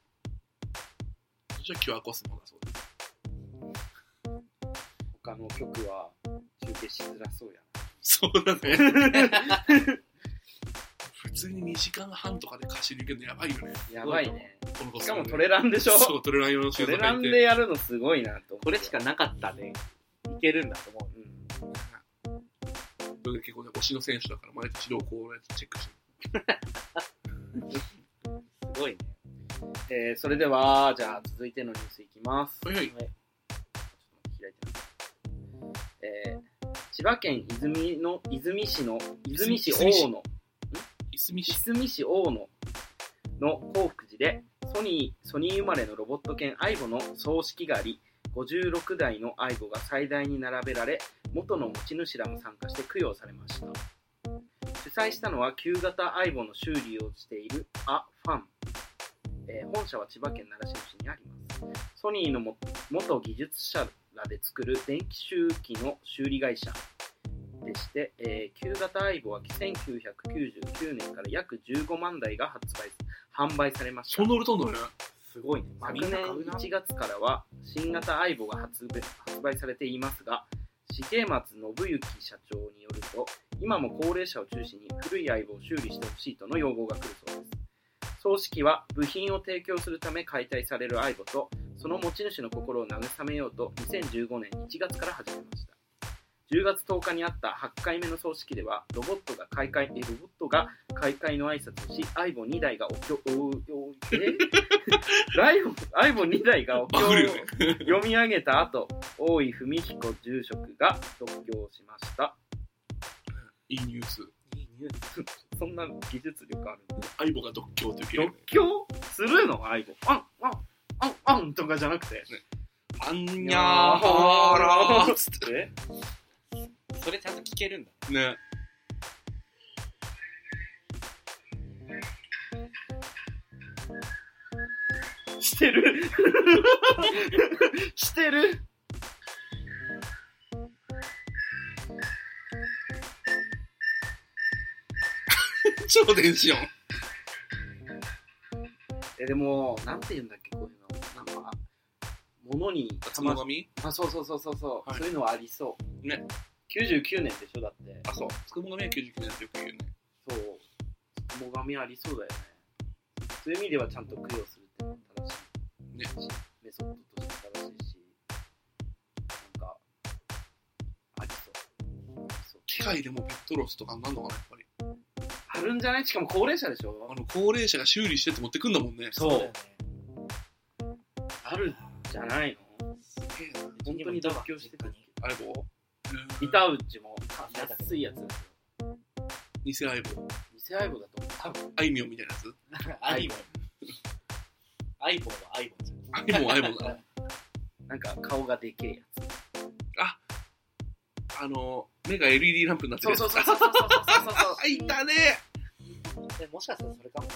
じゃあキュアコスモだそうです。 他の曲は中継しづらそうやな。 そうだね。普通ににじかんはんとかで走り抜けるのやばいよね。 やばいね。 このコスモね。 しかもトレランでしょ？ そう、トレラン用のシューズトレランでやるのすごいなと。 これしかなかったね。いけるんだと思う。うんそれで結構ね、推しの選手だから毎年動向をチェックしてる。 すごいね。 えー、それでは、じゃあ続いてのニュースいきます。 はいはい。 ちょっと開いてます。えー、千葉県泉の泉市の泉市大野いすみ市いすみ市大野の興福寺でソニーソニー生まれのロボット犬アイボの葬式があり、ごじゅうろくだいのアイボが祭壇に並べられ、元の持ち主らも参加して供養されました。主催したのは旧型アイボの修理をしているアファン、えー、本社は千葉県習志野市にあります。ソニーのも元技術者らで作る電気周期の修理会社でして、えー、旧型アイボはせんきゅうひゃくきゅうじゅうきゅうねんから約じゅうごまんだいが発売販売されました。 そんな売れたんだね。 すごいね。昨年いちがつからは新型アイボが発売、発売されていますが、重松信之社長によると、今も高齢者を中心に古いアイボを修理してほしいとの要望が来るそうです。葬式は部品を提供するため解体されるアイボと、その持ち主の心を慰めようとにせんじゅうごねんいちがつから始めました。じゅうがつとおかにあったはちかいめの葬式では、ロボットが開会、ロボットが開会の挨拶をし、アイボにだいがおきょ、お、お、えアイボ、アイボにだいがお経を読み上げた後、大井文彦住職が読経しました。 いいニュース。 いいニュース。 そんな技術力あるの？ アイボが読経というけど、ね、 読経するのアイボ。あん、あん、あん、あんとかじゃなくて。ね、 あんにゃーはーらーつって。 それちゃんと聞けるんだね。 してるしてる超テンション。 え、でも、なんて言うんだっけ、こういうの。なんか、物につも紙？ あ、そうそうそうそうそう、はい、そういうのはありそう。 ね。 きゅうじゅうきゅうねんでしょ、だって。 あ、そう。つくも紙はきゅうじゅうきゅうねんってよく言うね。 そう。つくも紙ありそうだよね。 そういう意味ではちゃんと供養するっていうのは正しい、 ね、 メソッドとして正しいし、なんかありそう。そう機械でもペットロスとかなんのかな、やっぱり。 あるんじゃない？しかも高齢者でしょ。 あの高齢者が修理してって持ってくんだもんね。 そうだよね。 あるんじゃないの？ すげえな。 本当に脱臼してた。 相棒いたうちも安いやつですよ。 偽相棒。 偽相棒だと思う。多分あいみょんみたいなやつ。 アイボン。アイボンはアイボンじゃん。 あいもん、あいもんだ。 なんか顔がでけえやつ。 あ、あの、目が エルイーディー ランプになってるやつ。 そうそうそうそうそうそうそうそう。 あ、いたね。 でもしかしたらそれかも。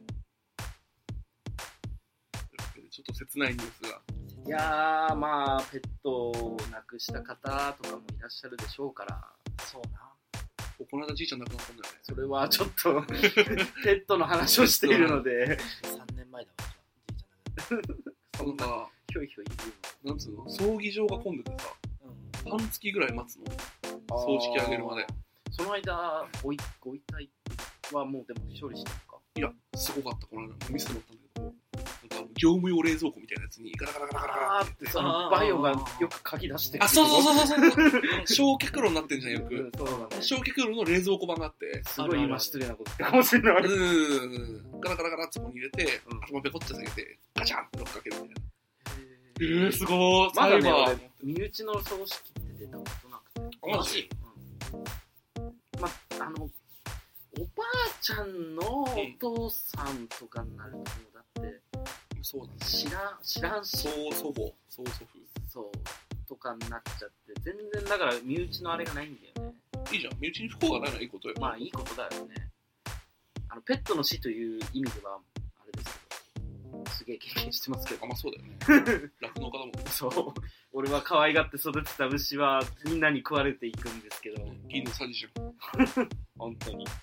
ちょっと切ないニュースが。 いやー、まあペットを亡くした方とかもいらっしゃるでしょうから、 そうな。 この間じいちゃん亡くなったんだよね。 それはちょっとペットの話をしているのでさんねんまえだわ、じいちゃんだけなんか、 ひょいひょい言なんつうの、葬儀場が混んでてさ、 ど。 半月ぐらい待つの。 うの。 葬式あげるまで。 その間ごいご遺体はもうでも処理してるか。 いや、すごかった、この間。見せてもらったんだけど、なんか業務用冷蔵庫みたいなやつにガラガラガラガラガラっあーっててそのバイオがよく書き出してる。 あ、そうそうそうそうそう。焼却炉になってんじゃん、ようんく。 そうだね。 焼却炉の冷蔵庫版があって、 すごい今失礼なこと言ってかもしれない。 うん、ガラガラガラってそこに入れて、 うん頭ペコって下げて、ガチャンって乗っかけるみたいな。えへーー、すごー。 まだね、 サイバー俺身内の葬式って出たことなくて。 あマジうん、まあのおばあちゃんのお父さんとかになるともうだってそうなんだ。 知らん知らんし、 曽祖母、曽祖父。 そうとかになっちゃって全然だから身内のあれがないんだよね。 いいじゃん。身内に不幸がないのはいいことよ。 まあいいことだよね。あのペットの死という意味ではあれですけど、すげえ経験してますけど。 あ、まあそうだよね。酪農家だもんね。 そう俺は可愛がって育てた牛はみんなに食われていくんですけど、 銀のさじじゃん。 本当に。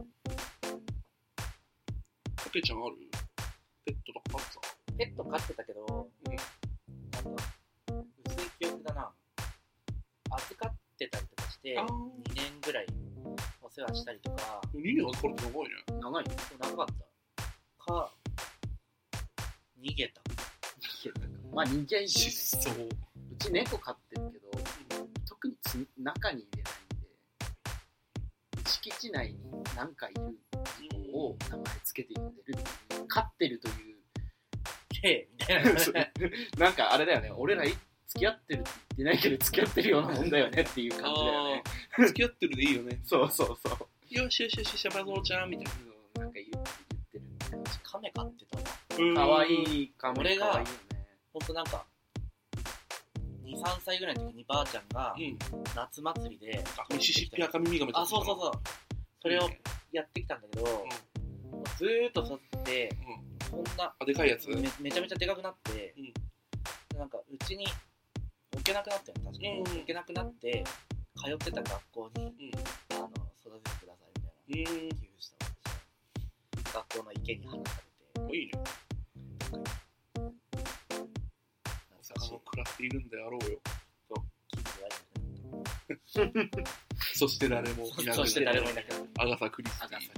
たけちゃんある？ペットとか飼ってた？ ペット飼ってたけど、 うんなんか、薄い記憶だな。預かってたりとかして、 あーにねんぐらいお世話したりとか、 にねん預かるって長いね。 長いね。 長かった。か、逃げた。 まあ人間いいよね。 失踪。 うち猫飼ってるけど、特につ中に入れないんで、敷地内に何かいるのを名前つけて呼んでるっていう、飼ってるという、 けみたいな。 なんかあれだよね、俺ら付き合ってるって言ってないけど付き合ってるようなもんだよねっていう感じだよね。 あー付き合ってるでいいよね。 そうそうそう。 よしよしよし、シャバゾウちゃんみたいな。 なんか言って言ってるみたいカメ飼ってたわ。 な。かわいいかも。 俺がかわいいよね。 ほんとなんか、に、さんさいぐらいの時にばあちゃんがうん。 夏祭りで、 あ、ミシシッピアカミミガメとか。 あ、そうそうそう。それをやってきたんだけど、ずーっと育って、 うん。うん。 こんなあ、でかいやつ？ めめちゃめちゃでかくなって、 うんでなんかうちに置けなくなったよね、確かに、 うん置けなくなって通ってた学校に、 うん。 あの育ててくださいみたいなうん。 寄付したのを学校の池に放たれて、 いいね。 懐かしい魚を食らっているんであろうよ。 近所にあるそして誰もいなくなる。 そして誰もいなくなるアガサ・クリスティアガサ・クリス。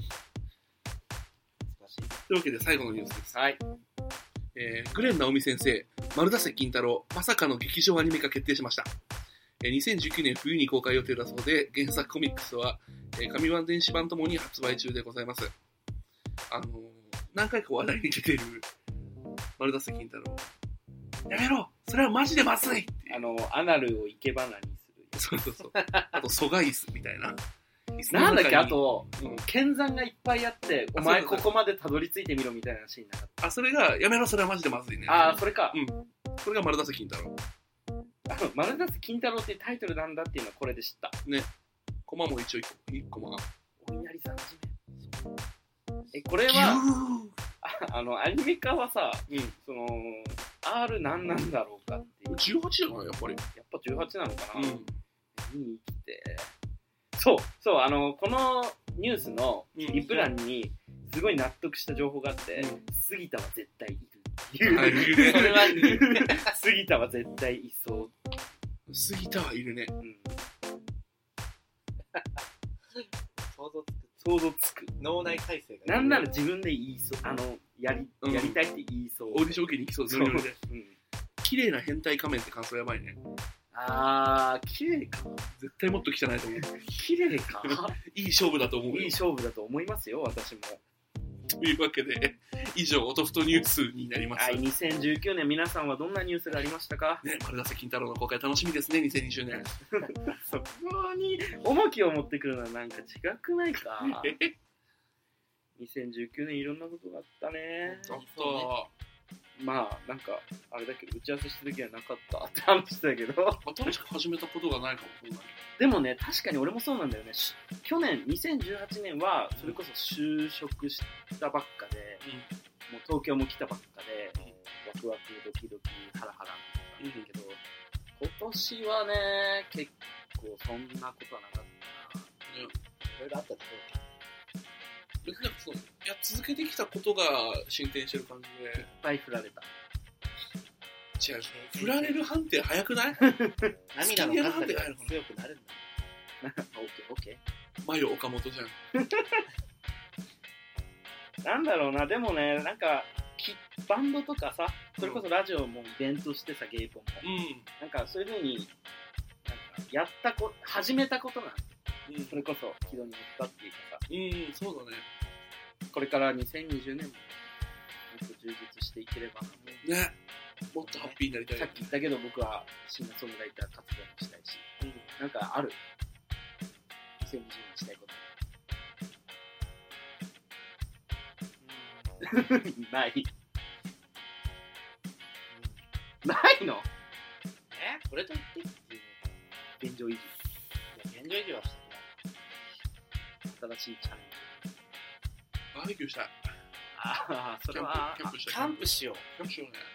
懐かしい。 というわけで最後のニュースです。 はい。 えー、グレン直美先生、丸田瀬金太郎、まさかの劇場アニメ化決定しました。えー、にせんじゅうきゅうねん冬に公開予定だそうで、原作コミックスは、えー、紙版電子版ともに発売中でございます。あのー、何回か話題に出てる丸田瀬金太郎。やめろそれはマジでまずいっていうあの、アナルを生け花にする。 そうそうそう。あと、蘇我椅子みたいな。 なんだっけ、あと、 うん剣山がいっぱいあって、お前ここまでたどり着いてみろみたいなシーンなかっあ、それが、やめろ、それはマジでまずいね。 た。ああ、それか。 うん。これが丸田瀬金太郎。 あの、丸出金太郎っていうタイトルなんだっていうのはこれで知った。 コマも一応一個、一個まあ。 お稲荷さんはじめ。え、これギュは、 ーああの、アニメ化はさ、 うん。 その、R 何なんだろうかっていう。 じゅうはちじゃないやっぱり。 やっぱじゅうはちなのかな、 うん。 見に来て。そう、そう、あの、このニュースのリプ欄に、すごい納得した情報があって、 うん杉田は絶対いるっていう。 あいるねそれはいい。 杉田は絶対いそう。 杉田はいるね。 うん、 想像つく。 想像つく。 脳内再生が。 なんなら自分で言いそう。あの、やり、 うんやりたいって言いそう。 オーディション受けに行きそう、 そうノリノリで。 うん。 綺麗な変態仮面って感想やばいね。 あー、綺麗か。 絶対もっと汚いと思う。 綺麗か。 いい勝負だと思うよ。 いい勝負だと思いますよ、私も。 というわけで、以上、おとふとニュースになります。 はい、にせんじゅうきゅうねん皆さんはどんなニュースがありましたか？ ね、丸田金太郎の公開楽しみですね、にせんにじゅうねん。 そこに重きを持ってくるのはなんか違くないか？にせんじゅうきゅうねんいろんなことがあったね。 ちょっと、 まあ、なんか、あれだけど、打ち合わせした時はなかったって話だけど。 新しく始めたことがないかもしれない。 でもね、確かに俺もそうなんだよね。し去年、にせんじゅうはちねんは、それこそ就職したばっかで、もう東京も来たばっかで、ワクワク、ドキドキ、ハラハラなんだけど、今年はね、結構そんなことはなかったな。 うん。 いろいろあったとこ別になんかそう、いや、続けてきたことが進展してる感じで。 いっぱい振られた。 違う、振られる判定早くないろ。涙の数が強くなるんだ。 オッケー、オッケマヨ岡本じゃん。 ー。なんだろうな、でもね、なんか、きバンドとかさ、それこそラジオもイベントしてさ、ゲイポンも。 うん。 なんかそういう風に、なんか、やったこ、始めたことが、 うん、 それこそ軌道に乗ったっていうかさ、 うん、そうだね。 これからにせんにじゅうねんも、もっと充実していければな。 ね。もっとハッピーになりたい。 さっき言ったけど僕はシンガーソングライター活動もしたいし、 うん、 なんかあるにせんにじゅうねんにしたいこと。ない。ないの？ えこれと言ってっていう現状維持。 いや現状維持はしたくない。 新しいチャレンジ。 バーベキューしたい。 ああ、それはキャンプ、キャンプしたい。 キャンプしよう。 キャンプしようね。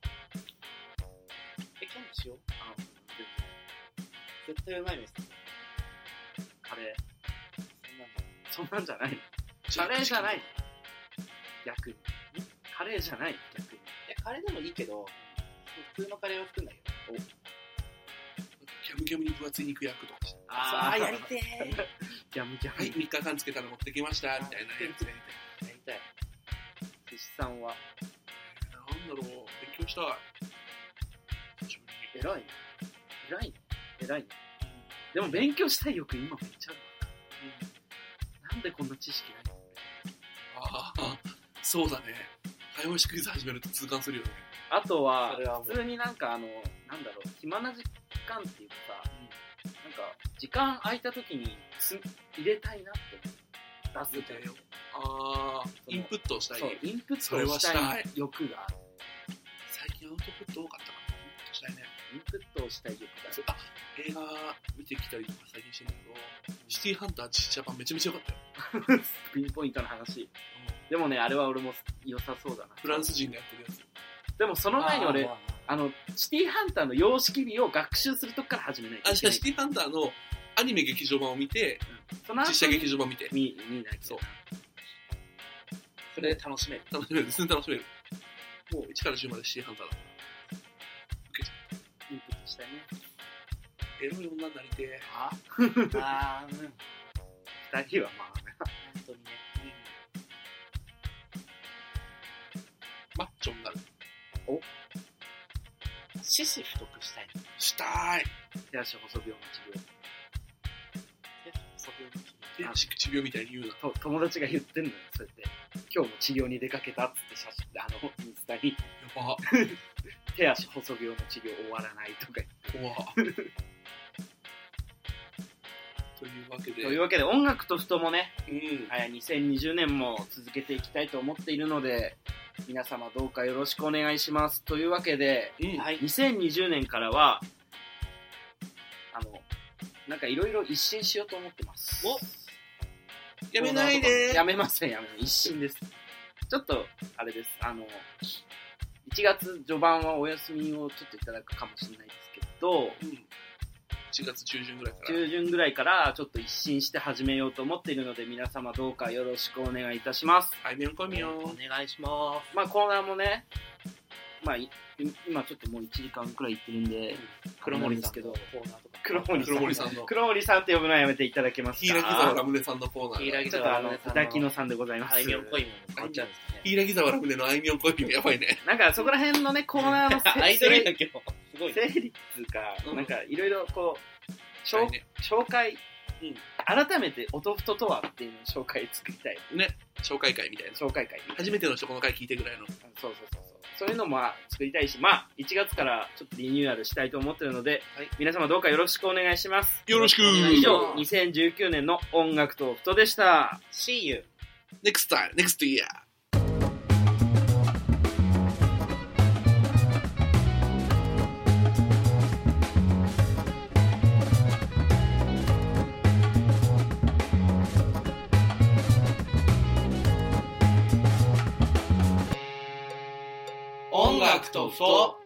え、キャンプしよう。 あ絶対うまいです。 カレそんなんだ。 ー。そんなんじゃないの？カレーじゃないの？逆に。カレーじゃない逆に。 いや、カレーでもいいけど、普通のカレーを作るんだけど。 キャムキャムに分厚い肉焼くとかして。 ああ、やりてー。 ギャムギャム。 はい、みっかかんつけたら持ってきました、みたいなやつやりたい。 やりたい。 寿司さんはなんだろう、勉強したい。久しぶりに。 偉いね。偉いね。偉いね。でも勉強したい欲今めっちゃあるわ。なんでこんな知識ないの？ ああ、そうだね。早押しクイズ始めると痛感するよね。 あとはそれはもう普通になんかあのなんだろう暇な時間っていうかさ、なんか時間空いた時につ入れたいなって思う。出すじゃん入れたいよああ、インプットしたい。 そうインプッそれトをしはしたたいい欲がある。 最近アウトプット多かったから、インプットしたいね。 インプットをしたい欲がある。 そうあ、映画見てきたりとか最近してんだけど、シティハンター実写版めちゃめちゃ良かったよ。 ピンポイントの話。でもねあれは俺も良さそうだな。 フランス人がやってるやつ。 でもその前に俺あーまああのシティハンターの様式美を学習するとこから始めないとあ、 いけない。 じゃあシティハンターのアニメ劇場版を見て、 その後に実写劇場版見て、 見見ないとそうそれで楽しめる。 楽しめる、全然楽しめる。もういちからじゅうまでシティハンターだから。受けちゃインプットしたいね。 う。エロい女になりてえ。 あああ、うん。 二人はまあね。 本当にね。 マッチョになる。 獅子太くしたいの。 したーい。 手足細病の治療。 細病の治手足口病みたいに言うな。 と友達が言ってんのよ、そうやって。今日も治療に出かけたっつって写真、あの、インスタに、 やば。 手足細病の治療終わらないとか言って。 怖というわけで。 というわけで、音楽とふともね、 うん。 はい、にせんにじゅうねんも続けていきたいと思っているので、皆様どうかよろしくお願いします。というわけで、 うん。 はい。 にせんにじゅうねんからは、あの、なんかいろいろ一新しようと思ってます。 おやめないでやめません、やめません。一新です。ちょっと、あれです。あの、いちがつ序盤はお休みをちょっといただくかもしれないですけど、 うん。いちがつ中旬ぐらいから。 中旬ぐらいからちょっと一新して始めようと思っているので、皆様どうかよろしくお願いいたします。 はい、メンコミよお願いしままあコーナーもね、 まあい今ちょっともういちじかんくらい行ってるんで、 黒森さんですけどのコーナーとか。 黒森黒森さんの黒森さんって呼ぶのはやめていただけますか。 柊沢ラムネさんのコーナーが。 柊ちょっとあの歌木野さんでございます。 あいみょん恋も変わっちゃうんですかね。 柊沢ラムネのあいみょん恋もやばいね。 なんかそこら辺のねコーナーのせアイドルだけど、すごいね。 整理っていうか、 うんなんかいろいろこう紹はいね紹介、 うん改めて音ふととはっていうの紹介作りたい。 ね、紹介会みたいな。 紹介会。 初めての人この回聞いてぐらいの。 そうそうそうそう。そういうのもまあ作りたいし、まあいちがつからちょっとリニューアルしたいと思ってるので、 はい皆様どうかよろしくお願いします。 よろしく以上、にせんじゅうきゅうねんの音楽とふとでした。 See you! Next time, next year. 音楽とふと